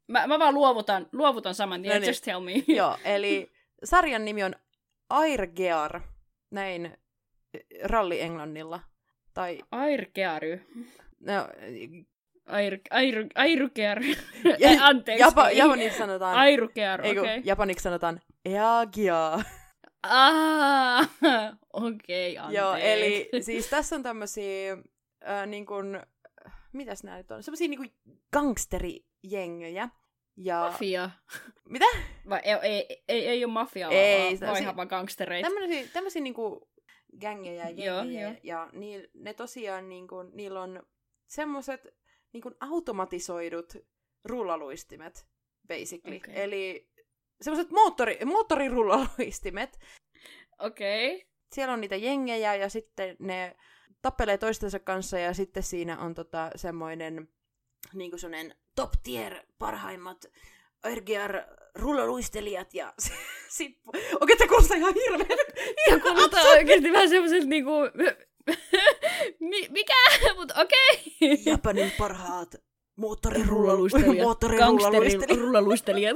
Mä, mä vaan luovutan, luovutan saman tien, no niin. Just tell me. Joo, eli sarjan nimi on Airgear, näin ralli-englannilla. Tai... Airgeary. No, Air, air, Airukear. Anteeksi. Japa, japaniksi sanotaan... Airukear, okei. Okay. Japaniksi sanotaan Eagia. Ah, okei, okay, anteeksi. Joo, eli siis tässä on tämmösiä, äh, niin kuin, mitäs nää nyt on? Semmosia niin kuin gangsterijengejä. Ja... Mafia. Mitä? Vai ei, ei, ei, ei ole mafia, ei, vaan ihan vaan gangstereita. Tämmösiä, tämmösiä niin kuin gängejä ja jengejä. Joo, jo. Ja ni, ne tosiaan, niin kuin, niillä on semmoset niin kuin automatisoidut rullaluistimet, basically. Okay. Eli semmoiset moottori, moottorirullaluistimet. Okei. Okay. Siellä on niitä jengejä ja sitten ne tappelee toistensa kanssa ja sitten siinä on tota semmoinen niinku semmoinen top tier parhaimmat Airgear rullaluistelijat ja sit... Okei, tämä kuulostaa ihan hirveän. Ihan kuulostaa oikeesti vähän semmoiselta niinku... Mikä? Mut okei. Okay. Japanin parhaat moottorirullaluistelijat. Moottorirullaluistelijat.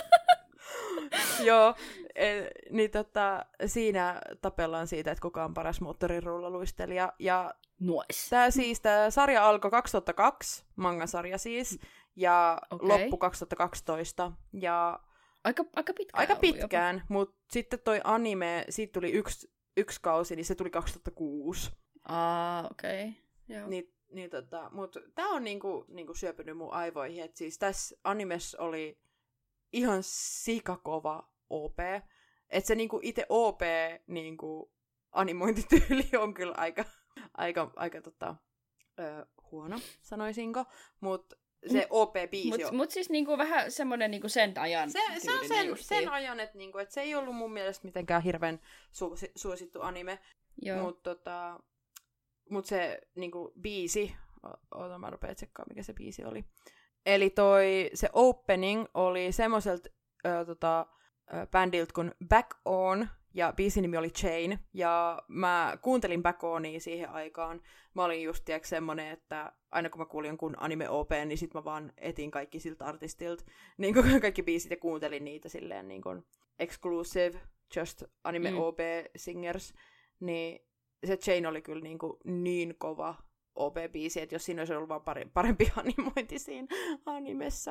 Joo, e, niin tota, siinä tapellaan siitä, että kuka on paras moottorirullaluistelija. Ja nice. Tää siis, tää sarja alkoi kaksituhattakaksi, manga-sarja siis, ja okay. loppu kaksituhattakaksitoista. Ja aika, aika pitkään. Aika pitkään, mutta sitten toi anime, siitä tuli yksi, yksi kausi, niin se tuli kaksituhattakuusi. Ah, okei. Okay. Niin, niin tota, mut tää on niinku, niinku syöpynyt mun aivoihin, että siis tässä animessa oli ihan sikakova O P. Että se niinku itse O P niinku animointityyli on kyllä aika, aika, aika tota, ö, huono, sanoisinko. Mutta se O P-biisi Mutta mut siis niinku vähän semmoinen niinku sen ajan se, se on sen, sen ajan, että niinku, et se ei ollut mun mielestä mitenkään hirveän su- suosittu anime. Mutta tota, mut se niinku, biisi, oota mä rupean tsekkaan mikä se biisi oli. Eli toi, se opening oli semmoiselta äh, tota, äh, bändiltä kuin Back On, ja biisin nimi oli Chain, ja mä kuuntelin Back Onia siihen aikaan. Mä olin just tiiäks semmonen, että aina kun mä kuulin jonkun anime-O P, niin sit mä vaan etin kaikki siltä artistilta, niin kuin kaikki biisit, ja kuuntelin niitä silleen niin kuin exclusive, just anime-O P-singers, niin se Chain oli kyllä niin, kuin niin kova O P-biisi, että jos siinä olisi ollut vaan parempi animointi siinä animessa.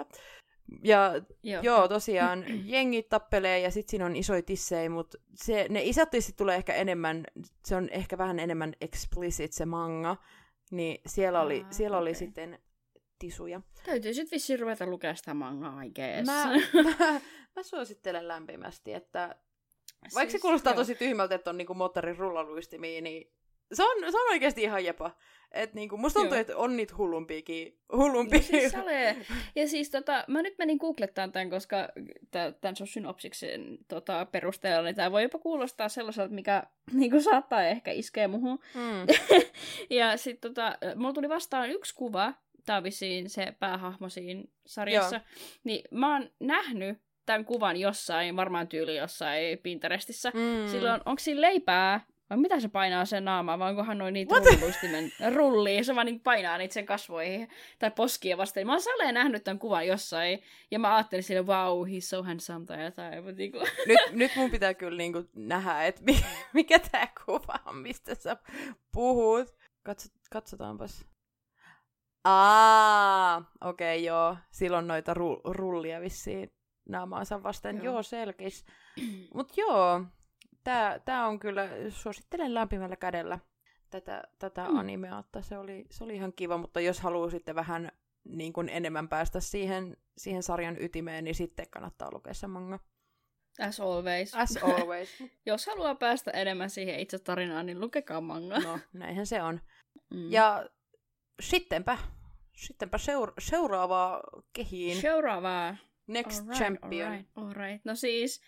Ja joo, joo tosiaan, jengit tappelee ja sit siinä on isoja tissejä, mutta se, ne isot tissit tulee ehkä enemmän, se on ehkä vähän enemmän explicit se manga, niin siellä oli, ah, siellä okay. oli sitten tisuja. Täytyy sit vissiin ruveta lukea sitä mangaa, I guess. Mä, mä, mä suosittelen lämpimästi, että vaikka siis, se kuulostaa joo. tosi tyhmältä, että on niinku moottorin rullaluistimia, niin se on, se on oikeasti ihan jepa. Et niinku, musta tuntuu, että on niitä hullumpiakin. Hullumpia. No siis olee. Ja siis tota, mä nyt menin googlettaan tämän, koska tämän sun synopsiksen tota, perusteella, niin tää voi jopa kuulostaa sellaiselta, mikä niinku saattaa ehkä iskeä muhun. Mm. Ja sit tota, mulla tuli vastaan yksi kuva, tää on vissiin se päähahmo siinä sarjassa. Joo. Niin mä oon nähnyt tämän kuvan jossain, varmaan tyyli jossain Pinterestissä. Mm. Silloin, onko siinä leipää? Vai mitä se painaa sen naamaan, vai onkohan noin niitä rulluluistimen rullia, se vaan niin painaa niitä sen kasvoihin tai poskia vasten. Mä oon saleen nähnyt tämän kuvan jossain, ja mä ajattelin sille, wow, he's so handsome, tai jotain. Mutta niinku. nyt, nyt mun pitää kyllä niinku nähdä, että mikä tää kuva on, mistä sä puhut. Katso, katsotaanpas. Aa, okei, okay, joo. Silloin noita ru- rullia vissiin naamaansa vasten. Joo, joo selkeis. Mut joo. Tää, tää on kyllä, suosittelen lämpimällä kädellä tätä, tätä mm. animea, että se oli, se oli ihan kiva, mutta jos haluaa sitten vähän niin kuin enemmän päästä siihen, siihen sarjan ytimeen, niin sitten kannattaa lukea se manga. As always. As always. Jos haluaa päästä enemmän siihen itse tarinaan, niin lukekaa manga. No, näinhän se on. Mm. Ja sittenpä, sittenpä seura- seuraavaa kehiin. Seuraavaa. Next all right, champion. All right, all right. No siis...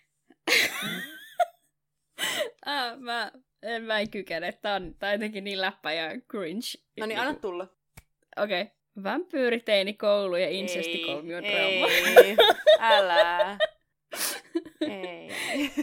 ah, mä, en, mä en kykene. Tää on, tää on jotenkin niin läppä ja cringe. No niin, anna tulla. Okei. Okay. Vampyyri, teini, koulu ja insestikolmiodraama. Ei, älä. Ei.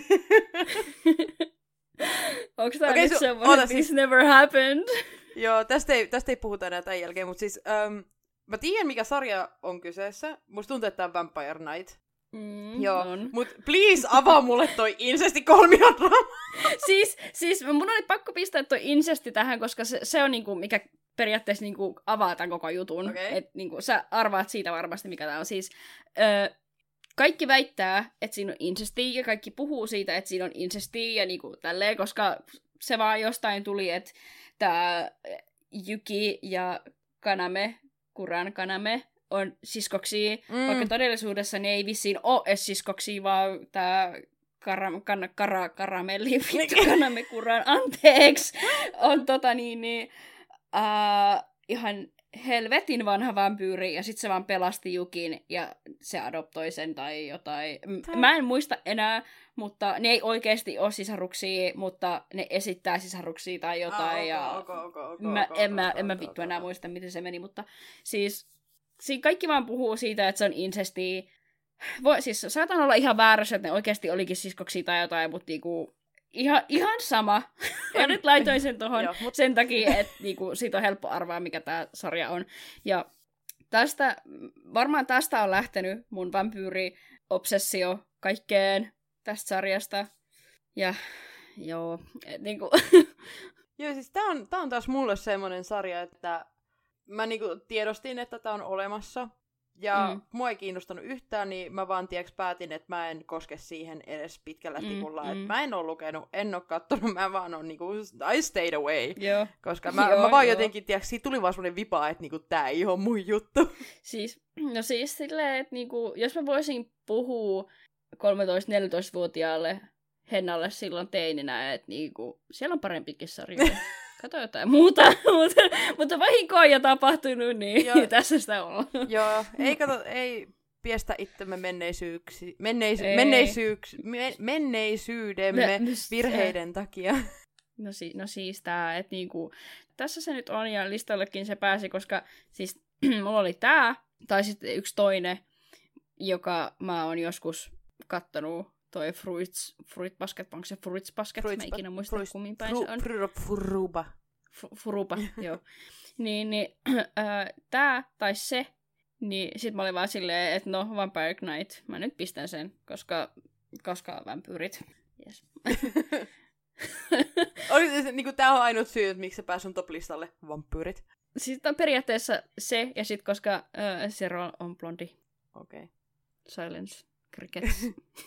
Onks tää okay, nyt su- semmoinen, this siis... never happened? Joo, tästä ei, tästä ei puhuta enää tämän jälkeen, mutta siis... Um, mä tiedän, mikä sarja on kyseessä. Musta tuntuu, että tämä on Vampire Night. Mm, Joo, on. mut please avaa mulle toi incesti kolmion draama. siis, siis mun oli pakko pistää toi incesti tähän, koska se, se on niinku, mikä periaatteessa niinku avaa tämän koko jutun. Okay. Et niinku, sä arvaat siitä varmasti, mikä tää on. Siis, öö, kaikki väittää, että siinä on incesti, ja kaikki puhuu siitä, että siinä on incesti, ja niinku tälleen, koska se vaan jostain tuli, että tää Yuki ja Kaname, Kuran Kaname, on siskoksi, mm. vaikka todellisuudessa ne ei vissiin ole edes siskoksi, vaan tää kara, kan, kara, karamelli, vittu Kaname Kuran, anteeksi, on tota niin, niin uh, ihan helvetin vanha vampyyri, ja sit se vaan pelasti Jukin, ja se adoptoi sen tai jotain. M- Mä en muista enää, mutta ne ei oikeesti ole sisaruksia, mutta ne esittää sisaruksia tai jotain, ah, okay, ja okay, okay, okay, mä, okay, en, mä, okay, en mä okay, vittu okay, enää okay. muista, miten se meni, mutta siis siinä kaikki vaan puhuu siitä, että se on incestia. Voi, siis saatan olla ihan väärässä, että ne oikeasti olikin siskoksia tai jotain, mutta niinku, ihan, ihan sama. Mä nyt laitoin sen tohon Joo, mut... sen takia, että niinku, siitä on helppo arvaa, mikä tää sarja on. Ja tästä, varmaan tästä on lähtenyt mun vampyyri-obsessio kaikkeen tästä sarjasta. Ja joo, et niinku... Joo, siis tää on, tää on taas mulle semmonen sarja, että mä niinku tiedostin, että tää on olemassa. Ja mm. mua ei kiinnostanut yhtään, niin mä vaan tiiäks päätin, että mä en koske siihen edes pitkällä tikulla. Mm, mm. Että mä en oo lukenut, en oo kattonut, mä vaan on niinku, I stayed away. Joo. Koska mä, joo, mä vaan joo. jotenkin, tiiäks, siitä tuli vaan semmonen vipa, että niinku tää ei oo mun juttu. Siis, no siis silleen, että niinku, jos mä voisin puhua kolmetoista-neljätoista-vuotiaalle Hennalle silloin teininä, että niinku, siellä on parempikin sarjoja. Kato jotain muuta, mutta, mutta vahinkoa on jo tapahtunut, niin joo. Tässä sitä ollaan. Joo, ei, kato, ei piestä itsemme menneisyyksi, menneisy, menneisyyks, me, menneisyydemme me, virheiden takia. No, si, no siis tää, että niinku, tässä se nyt on ja listallekin se pääsi, koska siis mulla oli tää, tai sitten yksi toinen, joka mä oon joskus kattonut, toi Fruits, Fruit Basket, onko se Fruits Basket? Fruits, mä ikinä muista, fruits, kummin päin fru, se on. Fru, furuba. F- furuba, joo. Niin, niin äh, tää tai se, niin sit mä olin vaan silleen, että no, Vampire Night, mä nyt pistän sen, koska, koska vampyyrit. Yes. Oli se, niin tää on ainut syy, että miksi se pääsi sun top-listalle, vampyyrit. Sitten on periaatteessa se, ja sit koska äh, Zero on blondi. Okei. Okay. Silence. Crickets.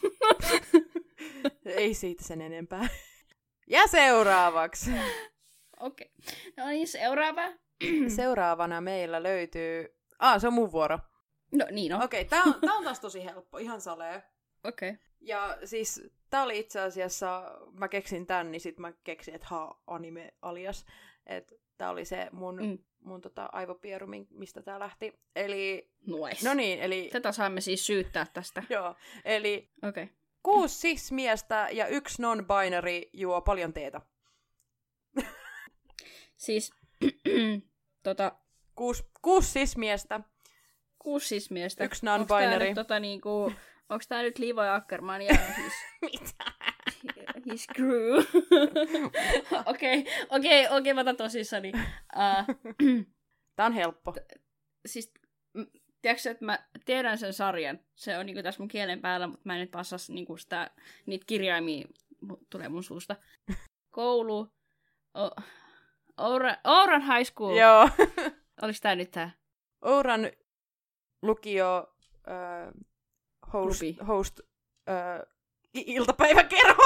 Ei siitä sen enempää. Ja seuraavaksi. Okei. Okay. No niin, seuraava. Seuraavana meillä löytyy... Ah, se on mun vuoro. No niin on. Okei, okay, tää, on, tää on taas tosi helppo, ihan salee. Okei. Okay. Ja siis tää oli itse asiassa, mä keksin tän, niin sit mä keksin, että ha, anime alias. Että tää oli se mun, mm. mun tota aivopieru, mistä tää lähti. Eli... Nois. No niin, eli... Tätä saamme siis syyttää tästä. Joo, eli... Okei. Okay. Kuusi cis-miestä ja yksi non-binary juo paljon teetä. Siis, tota... Kuusi, kuusi cis-miestä. Kuusi cis-miestä. Yksi non-binary. Onks tää, tota, niinku, onks tää nyt Levi Ackerman ja his... Mitä? His crew. Okei, okei, okei, mä otan tosissani. Uh, tää on helppo. T- siis, m- tiedätkö, että mä tiedän sen sarjan. Se on niinku tässä mun kielen päällä, mutta mä en nyt vaan saa niinku sitä, niitä kirjaimia tulee mun suusta. Koulu. O- Ouran, Ouran High School. Joo. Olis tää nyt tää? Ouran lukio äh, host, host äh, iltapäiväkerho.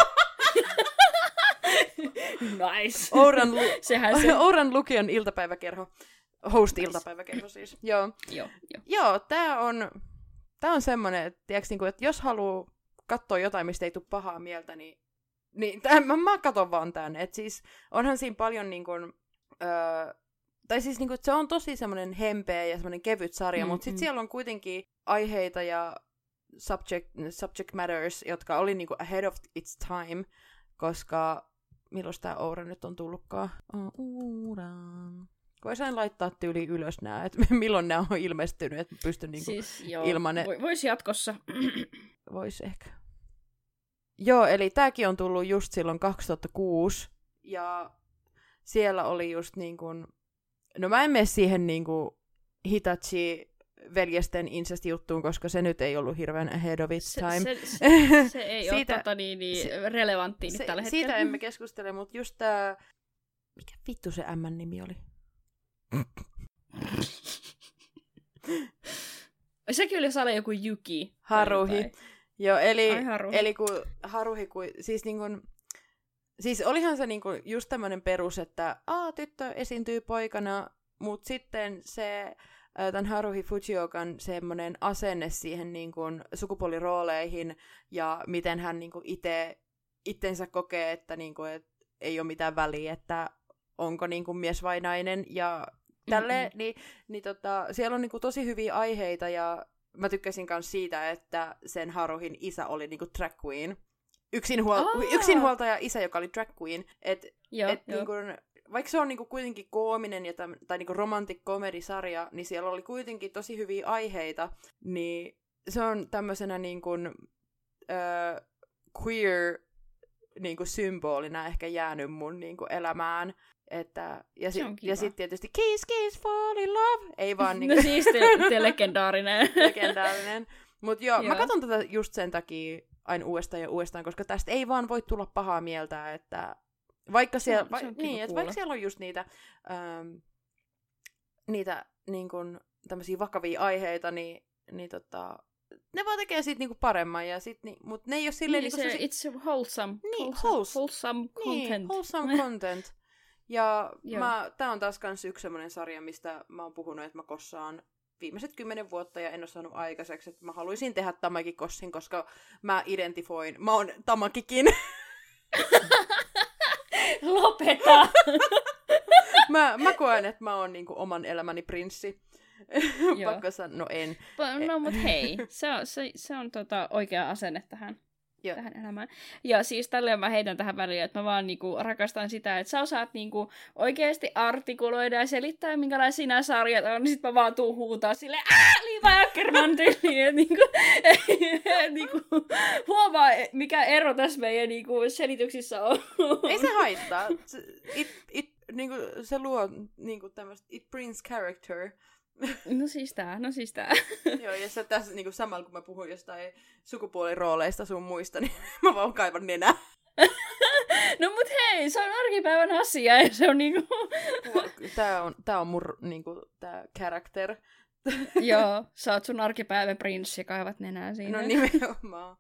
Nice. Ouran, lu- Sehän se. Ouran lukion iltapäiväkerho. Host-iltapäiväkerho siis. Joo. Joo, jo. Joo, tää on, tää on semmonen, että, tiiäks, niinku, että jos haluu katsoa jotain, mistä ei tule pahaa mieltä, niin, niin tämän, mä, mä katon vaan tän. Et siis onhan siinä paljon niinku, öö, tai siis niinku, se on tosi semmonen hempeä ja semmonen kevyt sarja, mm, mutta sit mm. siellä on kuitenkin aiheita ja subject, subject matters, jotka oli niinku ahead of its time, koska milloin tää Oura nyt on tullutkaan? Oura. Voisin laittaa tyyli ylös nää, että milloin nämä on ilmestynyt, että pystyn niinku siis, joo, ilman ne... Vois jatkossa. Vois ehkä. Joo, eli tääkin on tullut just silloin kaksituhattakuusi, ja siellä oli just niin kuin... No mä en mene siihen niin kuin Hitachi-veljesten incest-juttuun, koska se nyt ei ollut hirveän ahead of its time. Se, se, se, se ei siitä, ole tota, niin, niin, relevanttia se, nyt tällä hetkellä. Siitä emme keskustele, mutta just tää... Mikä vittu se M:n nimi oli? Sekin oli saada joku Yuki. Haruhi. Joo, eli, Ai, Haruhi. eli kun Haruhi, kun, siis niin kun, siis olihan se niin kun just tämmönen perus, että aa, tyttö esiintyy poikana, mutta sitten se tämän Haruhi Fujiokan semmoinen asenne siihen niin kun sukupuolirooleihin ja miten hän niin kun ite, itsensä kokee, että, niin kun, et ei ole mitään väliä, että onko niin kun mies vai nainen ja tälleen, mm-hmm. niin, niin tota, siellä on niin kun tosi hyviä aiheita ja mä tykkäsin myös siitä, että sen Haruhin isä oli niinku drag queen. Yksinhuol- yksinhuoltaja isä, joka oli drag queen. Et, joo, et joo. niinku, vaikka se on niinku kuitenkin koominen ja täm, tai niinku romantic comedy-sarja, niin siellä oli kuitenkin tosi hyviä aiheita. Niin se on tämmöisenä niinku, äh, queer niinku, symbolina ehkä jäänyt mun niinku, elämään. Että, ja sitten sit tietysti kiss, kiss, fall in love. Ei vaan niinku... No siis te, te legendaarinen. legendaarinen. Mut joo, joo, mä katson tätä just sen takia aina uudestaan ja uudestaan, koska tästä ei vaan voi tulla pahaa mieltä, että vaikka siellä, va- niin, että vaikka siellä on just niitä, ähm, niitä niin kun, tämmöisiä vakavia aiheita, niin, niin tota, ne vaan tekee siitä niinku paremman, ja sit, ni, mut ne ei ole silleen... Niin, niinku, se, se, it's wholesome. Niin, wholesome, wholesome. wholesome content. Niin, wholesome content. Ja mä, tää on taas kans yksi semmonen sarja, mistä mä oon puhunut, että mä kossaan viimeiset kymmenen vuotta ja en ole saanut aikaiseksi, että mä haluaisin tehdä Tamaki Kossin, koska mä identifoin, mä oon Tamakikin. Lopeta! mä, mä koen, että mä oon niinku oman elämäni prinssi. Pakko sanoa, no en. No mut hei, se on, se, se on tota oikea asenne tähän. Joo. Tähän elämään. Ja siis tälleen mä heitän tähän väliin, että mä vaan niinku rakastan sitä, että sä osaat niinku oikeasti artikuloida ja selittää, minkälaisia nämä sarjat on, niin sit mä vaan tuun huutaa silleen, ää, Liiva Ackerman tyyliin, että niinku, niinku, huomaa, mikä ero tässä meidän niinku selityksissä on. Ei se haittaa. It, it, niinku, se luo niinku tämmöistä, it brings character. No siis tää, no siis tää. Joo, ja se tässä niinku, samalla kun mä puhun jostain sukupuolirooleista sun muista, niin mä vaan kaivan nenää. No mut hei, se on arkipäivän asia ja se on niinku... Tää on, tää on mun niinku, tää character. Joo, sä oot sun arkipäivän prinssi ja kaivat nenää siinä. No nimenomaan.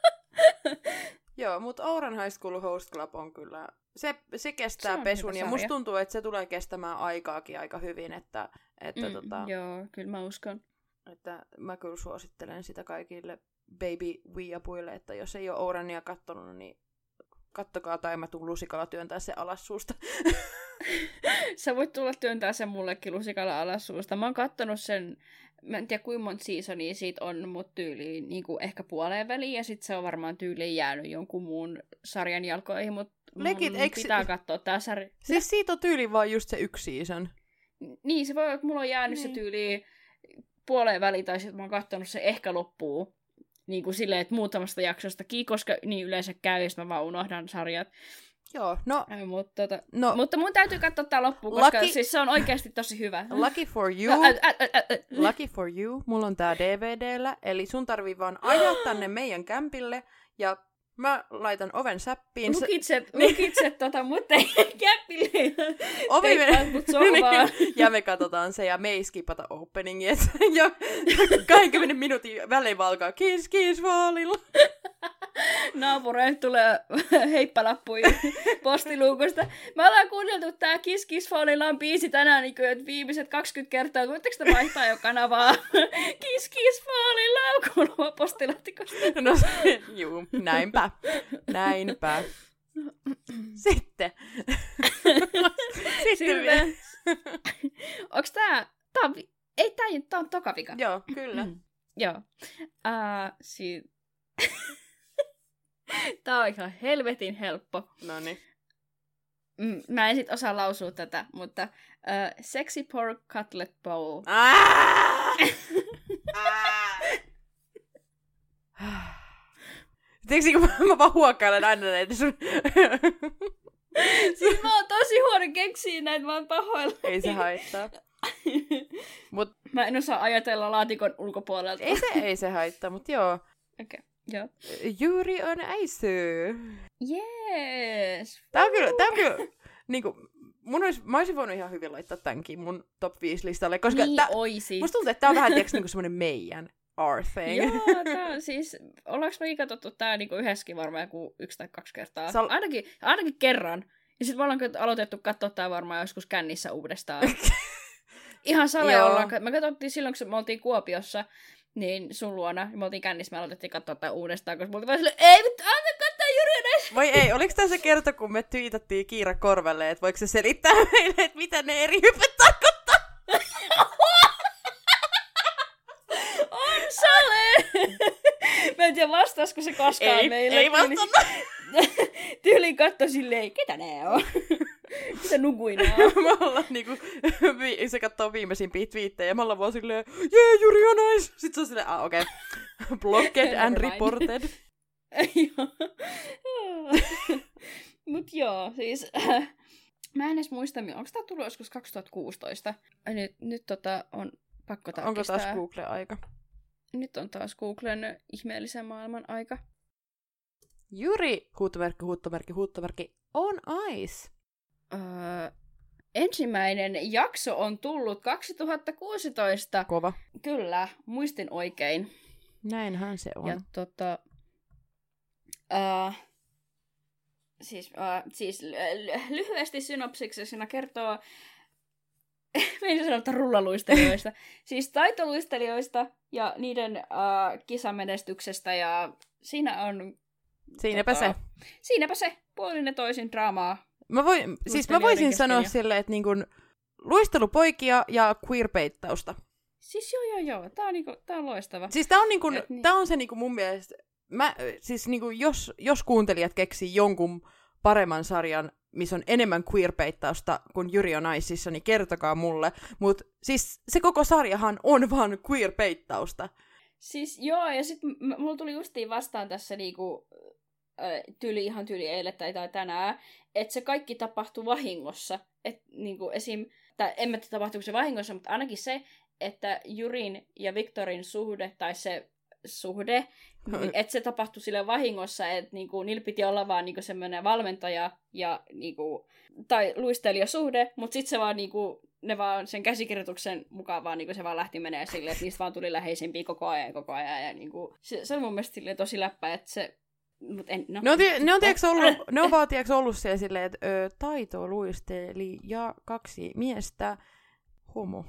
Joo, mutta Ouran High School Host Club on kyllä, se, se kestää se pesun ja musta tuntuu, että se tulee kestämään aikaakin aika hyvin, että, että mm, tota, joo, kyllä mä uskon. Että mä kyllä suosittelen sitä kaikille baby weeapuille, että jos ei ole Ourania kattonut, niin kattokaa tai mä tuun lusikalla työntää se alas suusta. Sä voit tulla työntää sen mullekin lusikalla alas suusta. Mä oon kattonut sen, mä en tiedä kuinka monta seasonia siitä on, mutta tyyliin niin kuin ehkä puoleen väliin, ja sit se on varmaan tyyliin jäänyt jonkun muun sarjan jalkoihin, mutta Legit, mun pitää katsoa tää sarja. Siis siitä on tyyliin vaan just se yksi season. Niin, se voi olla, että mulla on jäänyt niin. se tyyliin puoleen väliin, tai sit mä oon kattonut se ehkä loppuun. Niin kuin silleen, että muutamasta jaksostakin, koska niin yleensä käy, ja mä vaan unohdan sarjat. Joo, no... Äh, mutta, tota, no mutta mun täytyy katsoa tää loppuun, koska lucky, siis se on oikeasti tosi hyvä. Lucky for you. Ä, ä, ä, ä, ä. Lucky for you. Mulla on tää D V D:llä, eli sun tarvii vaan ajaa tänne meidän kämpille, ja mä laitan oven säppiin. Lukitset, lukitset tota, mutta ei kämpille. Ovi mut sohvaan. Ja me katsotaan se, ja me ei skipata openingia. Ja kaksikymmentä minuutin välein valkaa kiss, kiss, vaalilla. Naapureilta tulee heippalappuja postiluukusta. Me ollaan kuunneltu tää Kiss Kiss Fallilla on biisi tänään niin kuin, viimeiset kaksikymmentä kertaa. Voitteko te vaihtaa jo kanavaa? Kiss Kiss Fallilla on kuuluva postilaatikosta. No juu, näinpä. Näinpä. Sitten. Sitten. Sitten. Onks tää... tää on, ei, tää, tää on toka vika. Joo, kyllä. Joo. Uh, si- Tää on ihan helvetin helppo. Noniin. Mä en sit osaa lausua tätä, mutta uh, Sexy Pork Cutlet Bowl. Tiedätkö, kun mä, mä vaan huokailen aina näitä sun... Siis mä oon tosi huono keksiä näitä, mä oon pahoilla. Ei se haittaa. Mut Mä en osaa ajatella laatikon ulkopuolelta. Ei se, ei se haittaa, mutta joo. Okei, okay, joo. Juri on äisy. Yes. Tää on kyllä, tää on kyllä, niinku, mun olisi, mä olisin voinut ihan hyvin laittaa tämänkin mun top viisi listalle, koska niin tää, oisit. musta tuntuu, että tää on vähän tiiäks, niinku semmonen meidän our thing. Joo, tää on siis, ollaanko mekin katsottu tää niinku yhdessäkin varmaan joku yksi tai kaksi kertaa? Sal... Ainakin, ainakin kerran. Ja sit me ollaan aloitettu katsoa tää varmaan joskus kännissä uudestaan. Ihan sale ollaan. Me katsottiin silloin, kun me oltiin Kuopiossa, niin sun luona, ja me oltiin kännissä, me aloitettiin katsoa tää uudestaan, koska me oltiin vaan silleen, ei, mutta anna katsoa Juri näissä. Vai ei, oliko tää se kerta, kun me twiitattiin Kiira Korvelle, että voiko se selittää meille, että mitä ne eri hypet tarkoittaa? On sale! Mä en tiedä, vastaisiko se koskaan ei, meille. Ei vastannut. Tyyliin katso silleen, ketä nää on? Mitä nukuina on? Me ollaan niinku, se katsoo viimeisimpiä twiittejä, ja me ollaan vaan silleen, jee, Juri on nice. Sitten se on silleen, ah, okei. Okay. Blocked and reported. Mut joo, siis äh, mä en edes muista, onko tää tullut joskus kaksituhattakuusitoista? Nyt, nyt tota on pakko tarkistaa. Onko taas Google-aika? Nyt on taas Googlen ihmeellisen maailman aika. Juri, huuttomerkki, huuttomerkki, huuttomerkki, on ice. Öö, ensimmäinen jakso on tullut kaksituhattakuusitoista. Kova. Kyllä, muistin oikein. Näinhän se on. Ja tota... Uh, siis, uh, siis l- lyhyesti synopsiksena kertoo, meidän sanotaan rullaluistelijoista, siis taitoluistelijoista ja niiden uh, kisamenestyksestä, ja siinä on... Siinäpä tota, se. Siinäpä se, puolin ja toisin draamaa. Mä, voin, siis mä voisin sanoa silleen, että niinku luistelupoikia ja queerpeittausta. Siis joo joo joo, tää on, niinku, tää on loistava. Siis tää on, niinku, niin. tää on se niinku mun mielestä, mä, siis niinku, jos, jos kuuntelijat keksii jonkun paremman sarjan, missä on enemmän queerpeittausta kuin Juri on Icessa, niin kertokaa mulle. Mut siis se koko sarjahan on vaan queerpeittausta. Siis joo, ja sit m- mulla tuli justiin vastaan tässä niinku, äh, tyyli ihan tyyli eilen tai, tai tänään, että se kaikki tapahtui vahingossa. Et, niinku, esim, tai en mä tiedä tapahtuiko se vahingossa, mutta ainakin se, että Jurin ja Victorin suhde, tai se suhde, että se tapahtui sille vahingossa, että niinku, niillä piti olla vaan niinku, semmoinen valmentaja ja niinku, tai luistelijasuhde, mutta sitten se vaan niinku, ne vaan sen käsikirjoituksen mukaan vaan niinku, se vaan lähti menee silleen, että niistä vaan tuli läheisempiä koko ajan ja koko ajan. Ja, niinku, se, se on mun mielestä silleen, tosi läppä, että se... Mut en, no. Ne on, tie, ne on, tiiäks, ollut, ne on vaan tiiäks, ollut siellä silleen, että ö, taito luisteli ja kaksi miestä homo.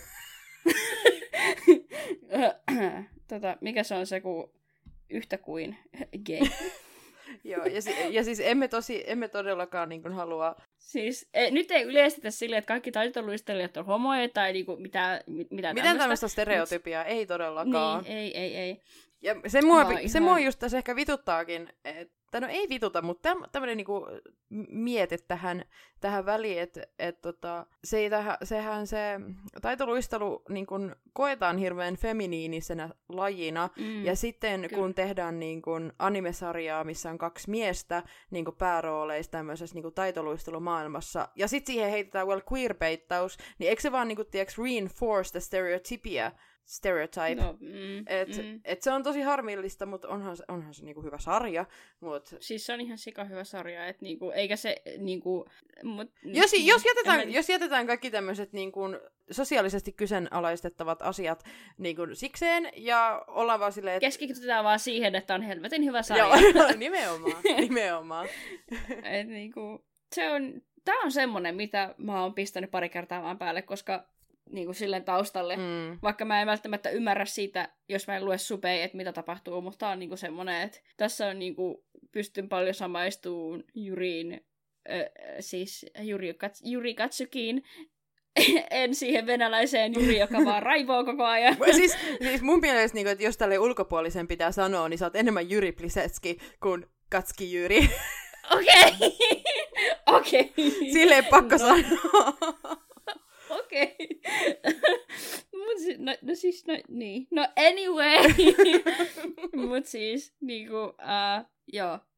tota, mikä se on se, kun yhtä kuin gay? Joo, ja, si- ja siis emme, tosi, emme todellakaan niin kuin halua... Siis e, nyt ei yleistetä silleen, että kaikki taitoluistelijat on homoja tai niinku mitään, mit, mitään Miten tämmöistä stereotypiaa? Mut... Ei todellakaan. Niin, ei, ei, ei. Ja se mua, ihan... se mua just tässä ehkä vituttaakin, että no ei vituta, mutta täm, tämmöinen niinku miete tähän, tähän väliin, että et tota, se tähän, sehän se taitoluistelu niinku koetaan hirveän feminiinisenä lajina, mm, ja sitten kyllä. kun tehdään niinku animesarjaa, missä on kaksi miestä niinku päärooleissa tämmöisessä niinku taitoluistelumaailmassa, ja sitten siihen heitetään well queer-peittaus, niin eikö se vaan niinku, tiiäks, reinforce the stereotypia, stereotype. No, mm, et, mm. et se on tosi harmillista, mutta onhan, onhan se niinku hyvä sarja. Mut... Siis se on ihan sika hyvä sarja, et niinku, eikä se niinku... Mut, jos, niin, jos, jätetään, en... jos jätetään kaikki tämmöiset niinku, sosiaalisesti kyseenalaistettavat asiat niinku, sikseen, ja ollaan vaan silleen... Et... Keskitytään vaan siihen, että on helvetin hyvä sarja. Joo, nimenomaan. nimenomaan. et niinku, se on... Tää on semmonen, mitä mä oon pistänyt pari kertaa vaan päälle, koska... Niinku silleen taustalle. Mm. Vaikka mä en välttämättä ymmärrä siitä, jos mä en lue supeja, että mitä tapahtuu, mutta tää on niinku semmonen, että tässä on niinku, pystyn paljon samaistumaan Juriin, äh, siis Juri, Kats, Juri Katsukiin, en siihen venäläiseen Juri, joka vaan raivoo koko ajan. siis, siis mun mielestä, niinku, että jos tälle ulkopuolisen pitää sanoa, niin sä oot enemmän Juri Plisetski kuin Katski Juri. Okei. Okei. Silleen pakko no. sanoa. Okei. Mut si- no, no siis, no niin. No anyway. Mut siis, niinku, uh, joo.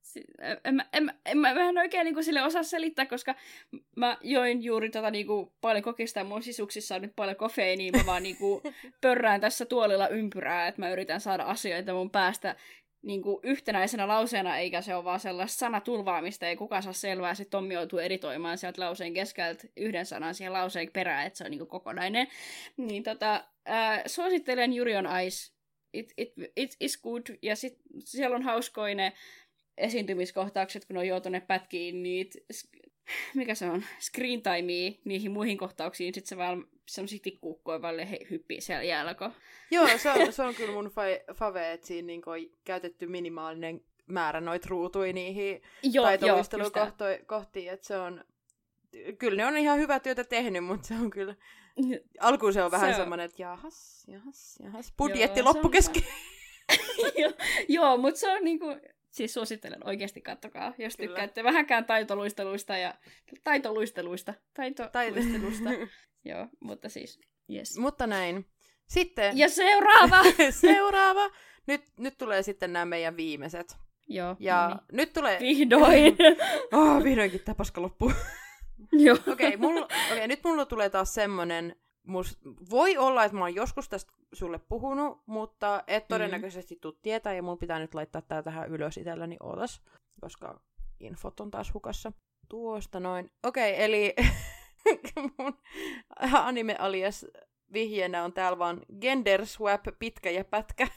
En mä, en, en, mä, mä en oikein niinku sille osaa selittää, koska mä join juuri tota niinku paljon kokista ja mun sisuksissa on nyt paljon kofeiiniä. Mä vaan niinku pörrään tässä tuolilla ympyrää, että mä yritän saada asioita mun päästä niinku yhtenäisenä lauseena, eikä se ole vaan sellaista sanatulvaamista, ei kukaan saa selvää. Sitten Tommi joutuu editoimaan sieltä lauseen keskeltä yhden sanan siihen lauseen perään, että se on niinku kokonainen. Niin tota, äh, suosittelen Yuri on Ice. It, it, it is good. Ja sit siellä on hauskoja ne esiintymiskohtaukset, kun on joutuneet pätkiin niitä, mikä se on, screen timea niihin muihin kohtauksiin, sit se vaan semmosia tikkuukkoja valle hyppii siellä jalko. Joo, se on, se on kyllä mun fa- fave, että siinä niinku on käytetty minimaalinen määrä noita ruutuja niihin taitoluistelukohtiin, että se on, kyllä ne on ihan hyvää työtä tehnyt, mutta se on kyllä, alkuun se on vähän se semmoinen, että jahas, jahas, jahas, budjetti loppu kesken. Joo, joo mutta se on niinku, siis suosittelen oikeasti, kattokaa, jos kyllä tykkäätte vähänkään taitoluisteluista ja taitoluisteluista, taito- taitoluistelusta. Joo, mutta siis, yes. Mutta näin. Sitten. Ja seuraava! seuraava. Nyt, nyt tulee sitten nämä meidän viimeiset. Joo. Ja niin. nyt tulee... Vihdoin! oh, vihdoinkin tämä paska loppuu. Joo. Okei, okay, okay, nyt mulla tulee taas semmonen... Must, voi olla, että mä oon joskus tästä sulle puhunut, mutta et todennäköisesti mm. tuu tietää, ja mun pitää nyt laittaa tää tähän ylös itselläni, ootas, koska infot on taas hukassa. Tuosta noin. Okei, okay, eli mun anime-alias vihjeenä on täällä vaan gender swap, pitkä ja pätkä.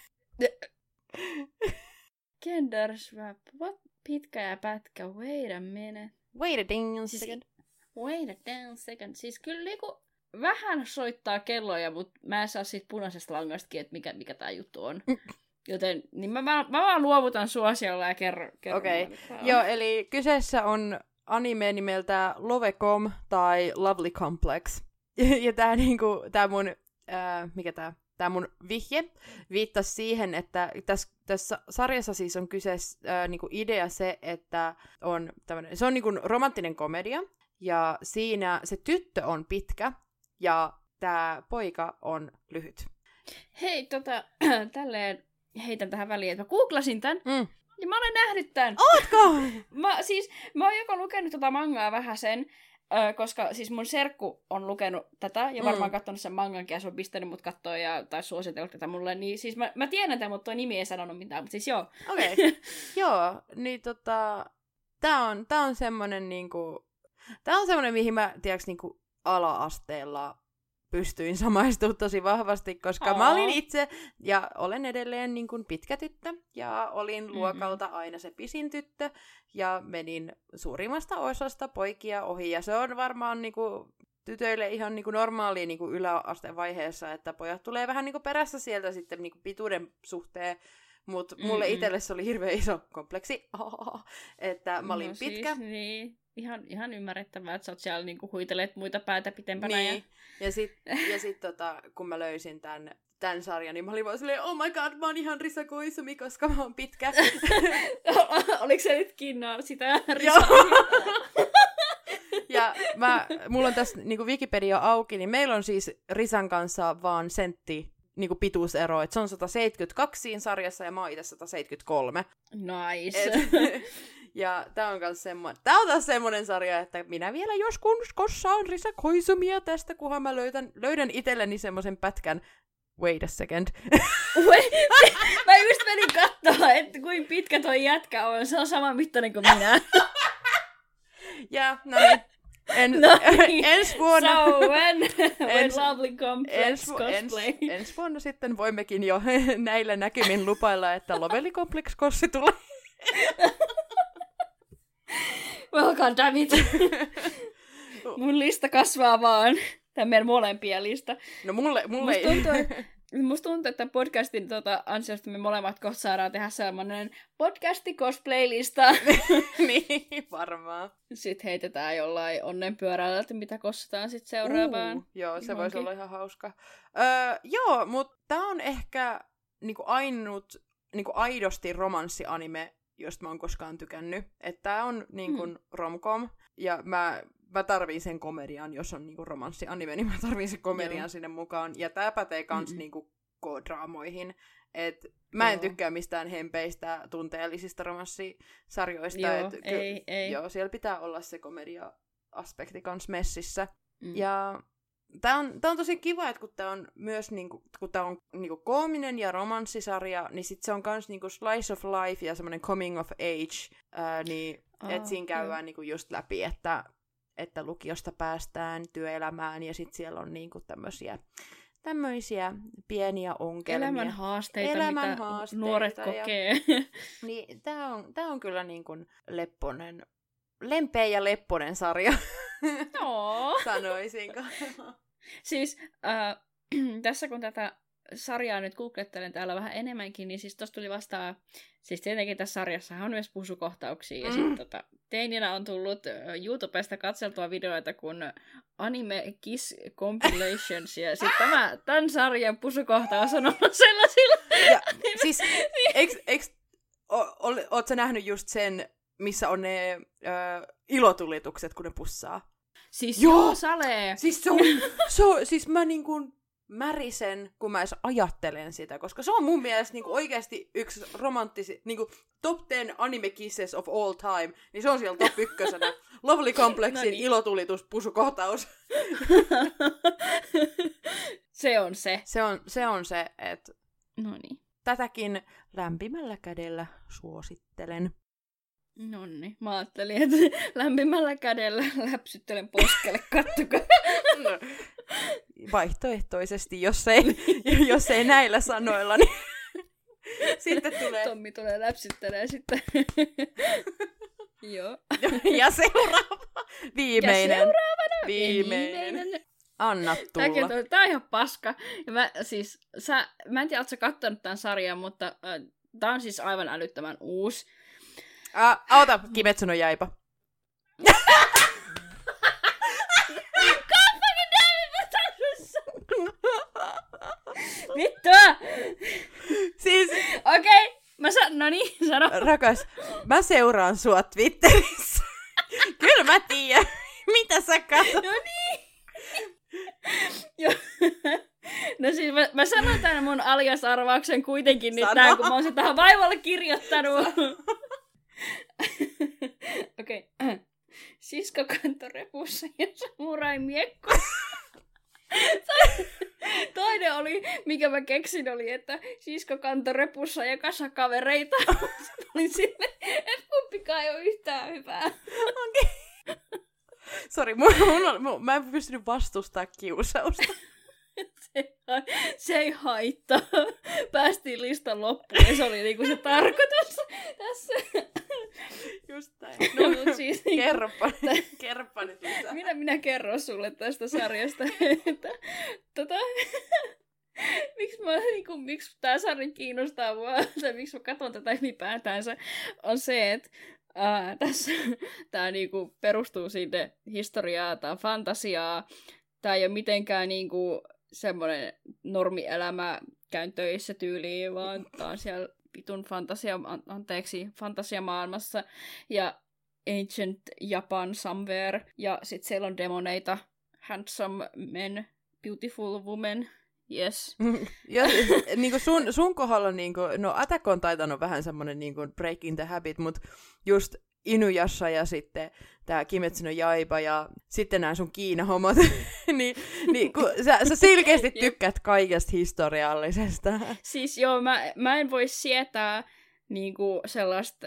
Gender swap, what? Pitkä ja pätkä, wait a minute. Wait a dang second. Wait a dang second. Siis kyllä niinku... Vähän soittaa kelloja, mutta mä en saa siitä punaisesta langastakin, että mikä, mikä tää juttu on. Joten niin mä, mä, mä vaan luovutan suosiolla ja kerron. Okei. Okay. Joo, eli kyseessä on anime nimeltä Lovecom tai Lovely Complex. ja tää, niinku, tää mun, äh, mikä tää? Tää mun vihje viittasi siihen, että tässä, tässä sarjassa siis on kyseessä äh, niinku idea se, että on tämmönen, se on niinku romanttinen komedia. Ja siinä se tyttö on pitkä ja tää poika on lyhyt. Hei, tota, tälleen heitän tähän väliin, että mä googlasin tän. Mm. Ja mä olen nähnyt tän. Ootko? Mä, siis, mä oon joko lukenut tota mangaa vähän sen, ö, koska siis mun serkku on lukenut tätä ja varmaan mm. katsonut sen mangankin ja se on pistänyt mut katsoa ja, tai suositellut tätä mulle. Niin siis mä, mä tiedän tämän, mutta toi nimi ei sanonut mitään, mutta siis joo. Okei, okay. Joo, niin tota, tää on, tää on semmonen niinku... Tämä on semmoinen, mihin mä tiiäks, niinku ala-asteella pystyin samaistumaan tosi vahvasti, koska Aa. mä olin itse ja olen edelleen niin kuin pitkä tyttö ja olin mm-hmm. luokalta aina se pisin tyttö ja menin suurimmasta osasta poikia ohi ja se on varmaan niin kuin tytöille ihan niin kuin normaalia niin kuin yläasteen vaiheessa, että pojat tulee vähän niin kuin perässä sieltä sitten niin kuin pituuden suhteen. Mutta mulle mm-hmm. itselle se oli hirveän iso kompleksi, oh, että mä olin no, pitkä. Siis, niin. Ihan, ihan ymmärrettävää, että sä oot siellä niinku huitelet muita päätä pitempänä. Niin. Ja, ja sitten ja sit, tota, kun mä löysin tämän, tämän sarjan, niin mä olin vaan silleen, oh my god, mä oon ihan Risa Koizumi, koska mä oon pitkä. Oliko se nyt kiinnoa sitä Risaa? Ja mä, mulla on tässä niinku Wikipedia auki, niin meillä on siis Risan kanssa vaan sentti niinku pituusero, että se on sata seitsemänkymmentäkaksi siinä sarjassa ja mä oon itse sata seitsemänkymmentäkolme. Nice. Et, ja tää on kans semmoinen, tää on taas semmonen sarja, että minä vielä joskus kossaan Risa Koizumia tästä, kunhan mä löydän, löydän itselleni semmoisen pätkän. Wait a second. Wait, mä just menin katsoa, että kuinka pitkä toi jätkä on. Se on sama mittainen kuin minä. Ja, no niin. En, no niin. Ensi vuonna... So when, when ens, Lovely Complex ens, cosplay. Ens, ensi vuonna sitten voimmekin jo näillä näkymin lupailla, että Lovely Complex kossi tulee. Well, god damn it. Mun lista kasvaa vaan. Tämä meidän molempien lista. No mulle, mulle musta tuntuu, että, musta tuntuu, että podcastin tuota, ansiosta me molemmat kohta saadaan tehdä sellainen podcasti-cosplay-lista. Niin, varmaan. Sitten heitetään jollain onnenpyörällä, että mitä kossataan sitten seuraavaan. Uh, joo, se voisi olla ihan hauska. Öö, joo, mutta tää on ehkä niinku ainut niinku aidosti romanssianime, josta mä oon koskaan tykännyt. Että tää on niinku hmm. romcom, ja mä... Mä tarviin sen komedian, jos on niinku romanssianime, niin mä tarviin sen komedian Joo. sinne mukaan. Ja tää pätee kans mm-hmm. niinku K-draamoihin. Et mä en Joo. tykkää mistään hempeistä tunteellisista romanssisarjoista. Joo, et, ei, ei. Joo, siellä pitää olla se komedia-aspekti kans messissä. Mm. Ja tää on, tää on tosi kiva, että kun tää on myös niinku, kun tää on niinku koominen ja romanssisarja, niin sit se on kans niinku slice of life ja semmonen coming of age, ää, niin Aa, et siinä käydään joo. niinku just läpi, että, että lukiosta päästään työelämään ja sit siellä on niinku tämmösiä tämmöisiä pieniä ongelmia. Elämän haasteita, Elämän mitä haasteita nuoret ja- kokee. Niin tää on, tää on kyllä niinku lepponen, lempeä ja lepponen sarja, Joo. sanoisinko. Siis äh, tässä kun tätä sarjaa nyt googlettelen täällä vähän enemmänkin, niin siis tossa tuli vastaan, siis tietenkin tässä sarjassa on myös pusukohtauksia, ja Mm. sitten tota, teininä on tullut äh, YouTubesta katseltua videoita kun Anime Kiss Compilations, ja sitten tämä, tämän sarjan pusukohtaus on ollut sellaisilla. Ja, siis, eiks, eiks, o, o, oot sä nähnyt just sen, missä on ne ö, ilotulitukset, kun ne pussaa? Siis Joo. joo, salee. Siis se on, se on, siis mä niinku märisen, kun mä edes ajattelen sitä, koska se on mun mielestä niinku oikeasti yksi romanttisi, niinku top ten anime kisses of all time, niin se on siellä top ykkösenä. Lovely Complexin No niin. ilotulitus pusukohtaus. Se on se. Se on se, on se että No niin. tätäkin lämpimällä kädellä suosittelen. Nonni. Mä ajattelin, että lämpimällä kädellä läpsyttelen poskelle, kattokaa. No, vaihtoehtoisesti, jos ei, jos ei näillä sanoilla, niin sitten tulee. Tommi tulee läpsyttelemään sitten. Joo. Ja seuraava, viimeinen. Ja seuraavana Viimeinen. viimeinen. Anna Tämäkin tulla. on, tää on ihan paska. Ja mä, siis, sä, mä en tiedä, ootko sä kattonut tämän sarjan, mutta äh, tää on siis aivan älyttömän uusi. Ah, auta, Kimetsu no Jaiba. Vittua! Siis, Okei, okay, mä sanon, no niin, sano. rakas, mä seuraan sua Twitterissä. Kyllä mä tiedän, mitä sä katsot. No niin. Joo. No siis mä, mä sanon tämän mun alias-arvauksen kuitenkin nyt Sano. tää, kun mä oon sen tähän vaivalle kirjoittanut. Okei. Okay. Sisko kantoi repussa ja samurai miekko. Toinen oli, mikä mä keksin, oli, että sisko kantoi repussa ja kasa kavereita. Se oli silleen, että kumpikaan ei ole yhtään hyvää. Sori, mun, mun, on- mun, mä en pystynyt vastustaa kiusausta. Se ei, se ei haittaa. Päästiin listan loppuun ja se oli niinku se tarkoitus tässä. Just näin. No, No, mut siis niinku, kerropa, kerropa nyt lisää. minä, minä kerron sulle tästä sarjasta, että tota, miksi, mä, niinku, miksi tämä sarja kiinnostaa mua, tai miksi mä katson tätä ylipäätänsä, on se, että ää, tässä tämä niinku perustuu sinne historiaa tai fantasiaa. Tämä ei ole mitenkään niinku semmoinen normielämä, käyn töissä tyyliin, vaan tämä on siellä vitun fantasia, an- anteeksi, fantasiamaailmassa. Ja Ancient Japan somewhere. Ja sitten siellä on demoneita. Handsome men, beautiful women. Yes. Ja, niinku sun, sun kohdalla, niinku, no Attack on Titan on vähän semmoinen niinku breaking the habit, mutta just Inuyasha ja sitten tää Kimetsu no Jaiba ja sitten nämä sun Kiina-homot, niin, niin kun sä, sä selkeästi tykkäät kaikesta historiallisesta. Siis joo, mä, mä en voi sietää niinku sellaista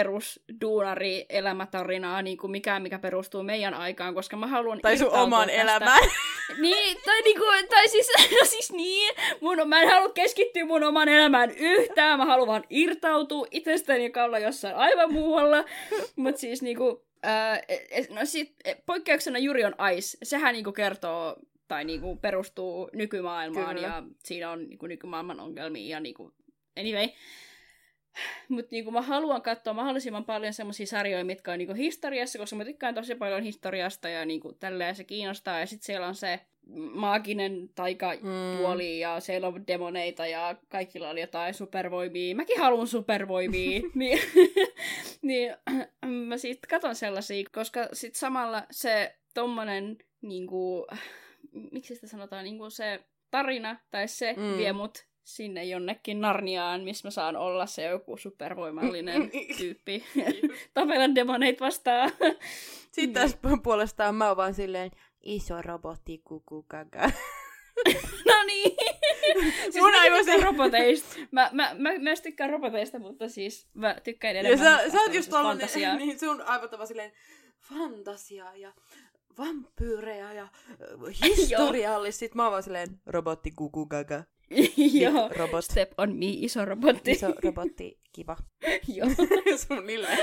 perusduunari-elämätarinaa, niinku mikään, mikä perustuu meidän aikaan, koska mä haluan Tai sun irtautua omaan tästä. elämään. Niin, tai, niinku, tai siis, no siis niin, mun, mä en halua keskittyä mun oman elämään yhtään, mä haluan vaan irtautua itsestäni, joka olla jossain aivan muualla, mut siis niinku, ää, no sit poikkeuksena Yuri on Ice, sehän niinku kertoo, tai niinku perustuu nykymaailmaan, Kyllä. ja siinä on niinku nykymaailman ongelmia, ja niinku, anyway. Mutta niinku mä haluan katsoa mahdollisimman paljon semmoisia sarjoja, mitkä on niinku historiassa, koska mä tykkään tosi paljon historiasta ja niinku tälleen se kiinnostaa. Ja sitten siellä on se maaginen taikapuoli mm. ja siellä on demoneita ja kaikilla oli jotain supervoimia. Mäkin haluan supervoimia. niin, niin mä siitä katon sellaisia, koska sitten samalla se tommonen niinku, miksi sitä sanotaan, niinku se tarina tai se mm. vie mut sinne jonnekin Narniaan, missä mä saan olla se joku supervoimallinen tyyppi. Tapella demoneita vastaan. Sitten taas puolestaan mä oon vaan silleen, iso robotti kukukaga. No niin! Siis Mun mä aivoisi... tykkään roboteista. Mä, mä, mä myös tykkään roboteista, mutta siis mä tykkään enemmän ja sä, sä oot just tollanen, fantasiaa. niin sun aivot on vaan silleen fantasiaa ja vampyyrejä ja historiallis. Sitten mä oon vaan silleen robotti kukukaga. Joo, robot. Step on me, iso robotti. Iso robotti, kiva. Joo. Suunnilleen.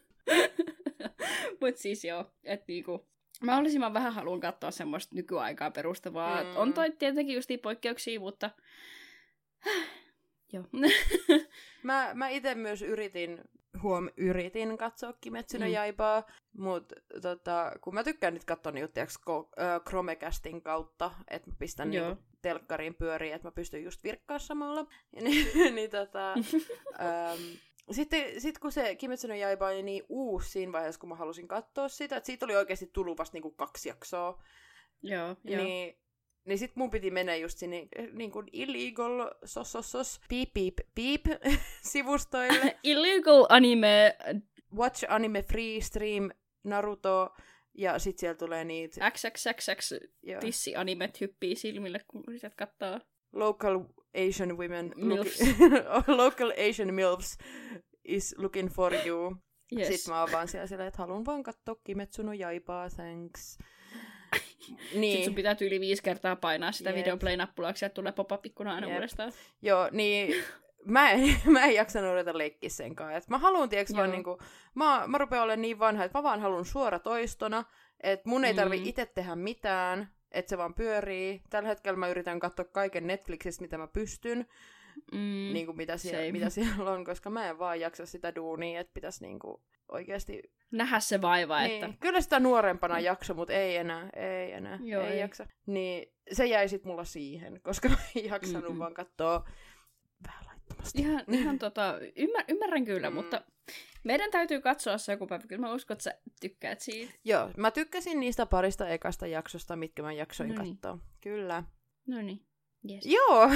Mut siis joo, että niinku... Mahdollisimman vähän haluan katsoa semmoista nykyaikaa perustavaa. Mm. On toi tietenkin justiin poikkeuksia, mutta... joo. mä, mä ite myös yritin, huom, yritin katsoa Kimetsu no Mm. Yaibaa, mutta tota, kun mä tykkään nyt katsoa niin tiiäks, ko- äh, Chromecastin kautta, että mä pistän Joo. niinku telkkariin pyöriin, että mä pystyn just virkkaa samalla, niin, niin tota... ähm, Sitten sit kun se Kimetsu no Yaiba oli niin uusi siinä vaiheessa, kun mä halusin katsoa sitä, että siitä oli oikeasti tullut vasta niinku kaksi jaksoa, Joo, joo. niin, niin sit mun piti mennä just sinne niin kuin illegal sos sos sos beep beep beep sivustoille. Illegal anime Watch anime free stream Naruto ja sit siellä tulee niitä XXXX joo, tissi-animet hyppii silmille, kun yrität katsoa. local Asian women Milfs. looki- local Asian milfs is looking for you. Yes. Sitten mä oon vaan siellä silleen, että haluan vaan katsoa Kimetsu no Yaibaa, thanks. Niin. Sitten sun pitää yli viisi kertaa painaa sitä Jep. videoplay-nappulaa, kun sieltä tulee pop-up ikkuna aina Jep. uudestaan. Joo, niin mä en, mä en jaksanut ruveta leikkiä sen kanssa. Et mä haluan, tiiäks, vaan niinku, mä, mä rupean olemaan niin vanha, että mä vaan haluan suoratoistona, että mun ei tarvi Mm. itse tehdä mitään, että se vaan pyörii. Tällä hetkellä mä yritän katsoa kaiken Netflixistä, mitä mä pystyn, Mm. niin kuin mitä, sie- Same. mitä siellä on, koska mä en vaan jaksa sitä duunia, että pitäisi niinku oikeasti... Nähdä se vaiva, Niin. että... Kyllä sitä nuorempana jakso, mutta ei enää, ei enää, Joo, ei, ei. jaksa. Niin se jäi sit mulla siihen, koska mä en jaksanut Mm-mm. vaan katsoa vähän laittomasti. Ihan, ihan tota, ymmär, ymmärrän kyllä, Mm. mutta meidän täytyy katsoa se joku päivä. Kyllä mä uskon, että sä tykkäät siitä. Joo, mä tykkäsin niistä parista ekasta jaksosta, mitkä mä jaksoin No niin. katsoa. Kyllä. No niin, yes. Joo!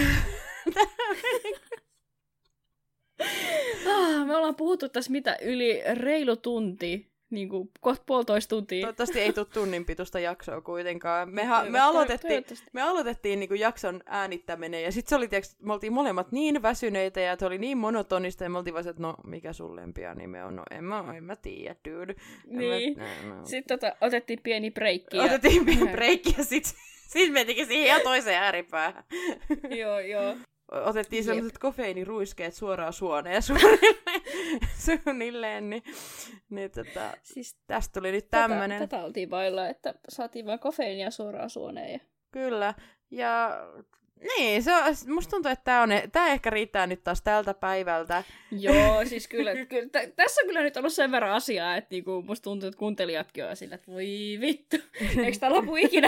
Ah, me ollaan puhuttu tässä mitä yli reilu tunti, niin kuin kohta puolitoista tuntia. Toivottavasti ei tule tunnin pituista jaksoa kuitenkaan. Me, ha- me Toivottavasti- aloitettiin, toivottavasti. me aloitettiin niinku jakson äänittäminen, ja sitten se oli, tiiäks, me oltiin molemmat niin väsyneitä, ja se oli niin monotonista, ja me oltiin vaan, se, että no, mikä sun lempia-anime on? No, en mä, en mä tiedä, dude. En Niin. Mä, no. Sitten tota, otettiin pieni breikki. Ja... Otettiin pieni breikki, ja sitten sit mentikin siihen ihan toiseen ääripäähän. joo, joo. Otettiin Jep. sellaiset kofeiiniruiskeet suoraan suoneen suunnilleen, suunnilleen niin, niin tota, Siis tästä tuli nyt tätä, tämmönen. tätä oltiin vailla, että saatiin vaan kofeiinia suoraan suoneen. Ja... Kyllä, ja niin, se on, musta tuntuu, että tää, on, tää ehkä riittää nyt taas tältä päivältä. Joo, siis kyllä, kyllä t- tässä on kyllä nyt ollut sen verran asiaa, että niinku, musta tuntuu, että kuuntelijatkin on sillä, että voi vittu, eikö tää lopu ikinä?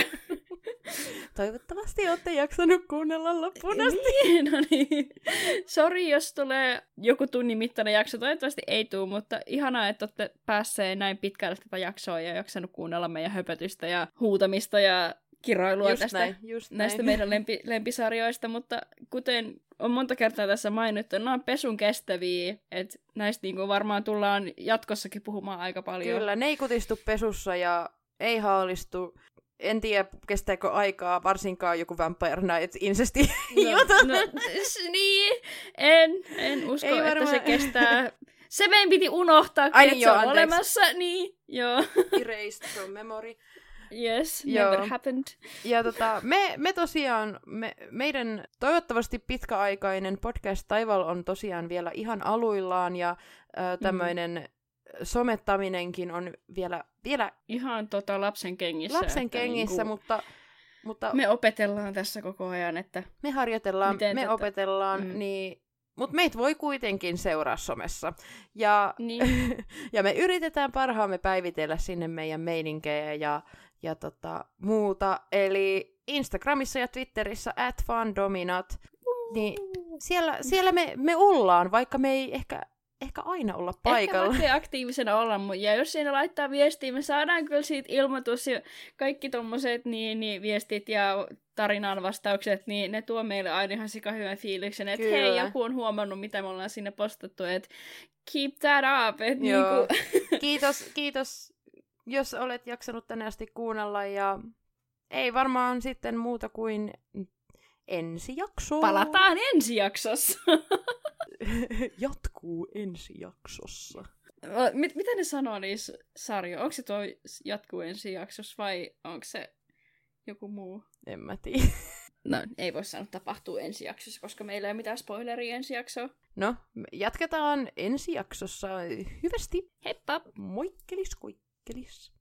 Toivottavasti olette jaksanut kuunnella loppuun asti. Niin, no niin. Sori, jos tulee joku tunnin mittainen jakso. Toivottavasti ei tule, mutta ihanaa, että olette päässeet näin pitkälle tätä jaksoa ja jaksanut kuunnella meidän höpötystä ja huutamista ja kiroilua Just tästä, näin, just näistä näin. meidän lempi, lempisarjoista, mutta kuten on monta kertaa tässä mainittu, nämä on pesun kestäviä, että näistä niinku varmaan tullaan jatkossakin puhumaan aika paljon. Kyllä, ne ei kutistu pesussa ja ei haalistu. En tiedä, kestääkö aikaa, varsinkaan joku Vampire Night incesti jutut. No, s- niin, en, en usko, Ei että varmaan. se kestää. Se meidän piti unohtaa, Ai että niin, se joo, on anteeksi. olemassa, niin, joo. Erased from memory. Yes, Joo. never happened. Ja tota, me, me tosiaan, me, meidän toivottavasti pitkäaikainen podcast Taival on tosiaan vielä ihan aluillaan, ja äh, tämmöinen mm. somettaminenkin on vielä, vielä Ihan tota lapsen kengissä. lapsen että kengissä, niinku, mutta, mutta me opetellaan tässä koko ajan, että me harjoitellaan, Miten me tätä- opetellaan, mm. niin, mutta meitä voi kuitenkin seuraa somessa. Ja, niin, ja me yritetään parhaamme päivitellä sinne meidän meininkejä ja, ja tota, muuta. Eli Instagramissa ja Twitterissä at fandominat. Niin siellä, siellä me, me ollaan, vaikka me ei ehkä, ehkä aina olla paikalla. ehkä vaikka ei aktiivisena olla, mutta ja jos siinä laittaa viestiä, me saadaan kyllä siitä ilmoitus ja kaikki tommoset niin, niin viestit ja tarinaan vastaukset, niin ne tuo meille aina ihan sika hyvän fiiliksen, että Kyllä. hei, joku on huomannut, mitä me ollaan sinne postattu, että keep that up. Et Joo. niinku... kiitos, kiitos, jos olet jaksanut tänne asti kuunnella, ja ei varmaan sitten muuta kuin ensi jakso. Palataan ensi jaksossa. Jatkuu ensi jaksossa. Mit, mitä ne sanoo niissä sarjoissa? Onko se tuo jatkuu ensi jaksossa vai onko se joku muu? En mä tiedä. No, ei voi sanoa tapahtuu ensi jaksossa, koska meillä ei ole mitään spoileria ensi jaksoa. No, jatketaan ensi jaksossa. Hyvästi. Heippa! Moikkelis, koikkelis.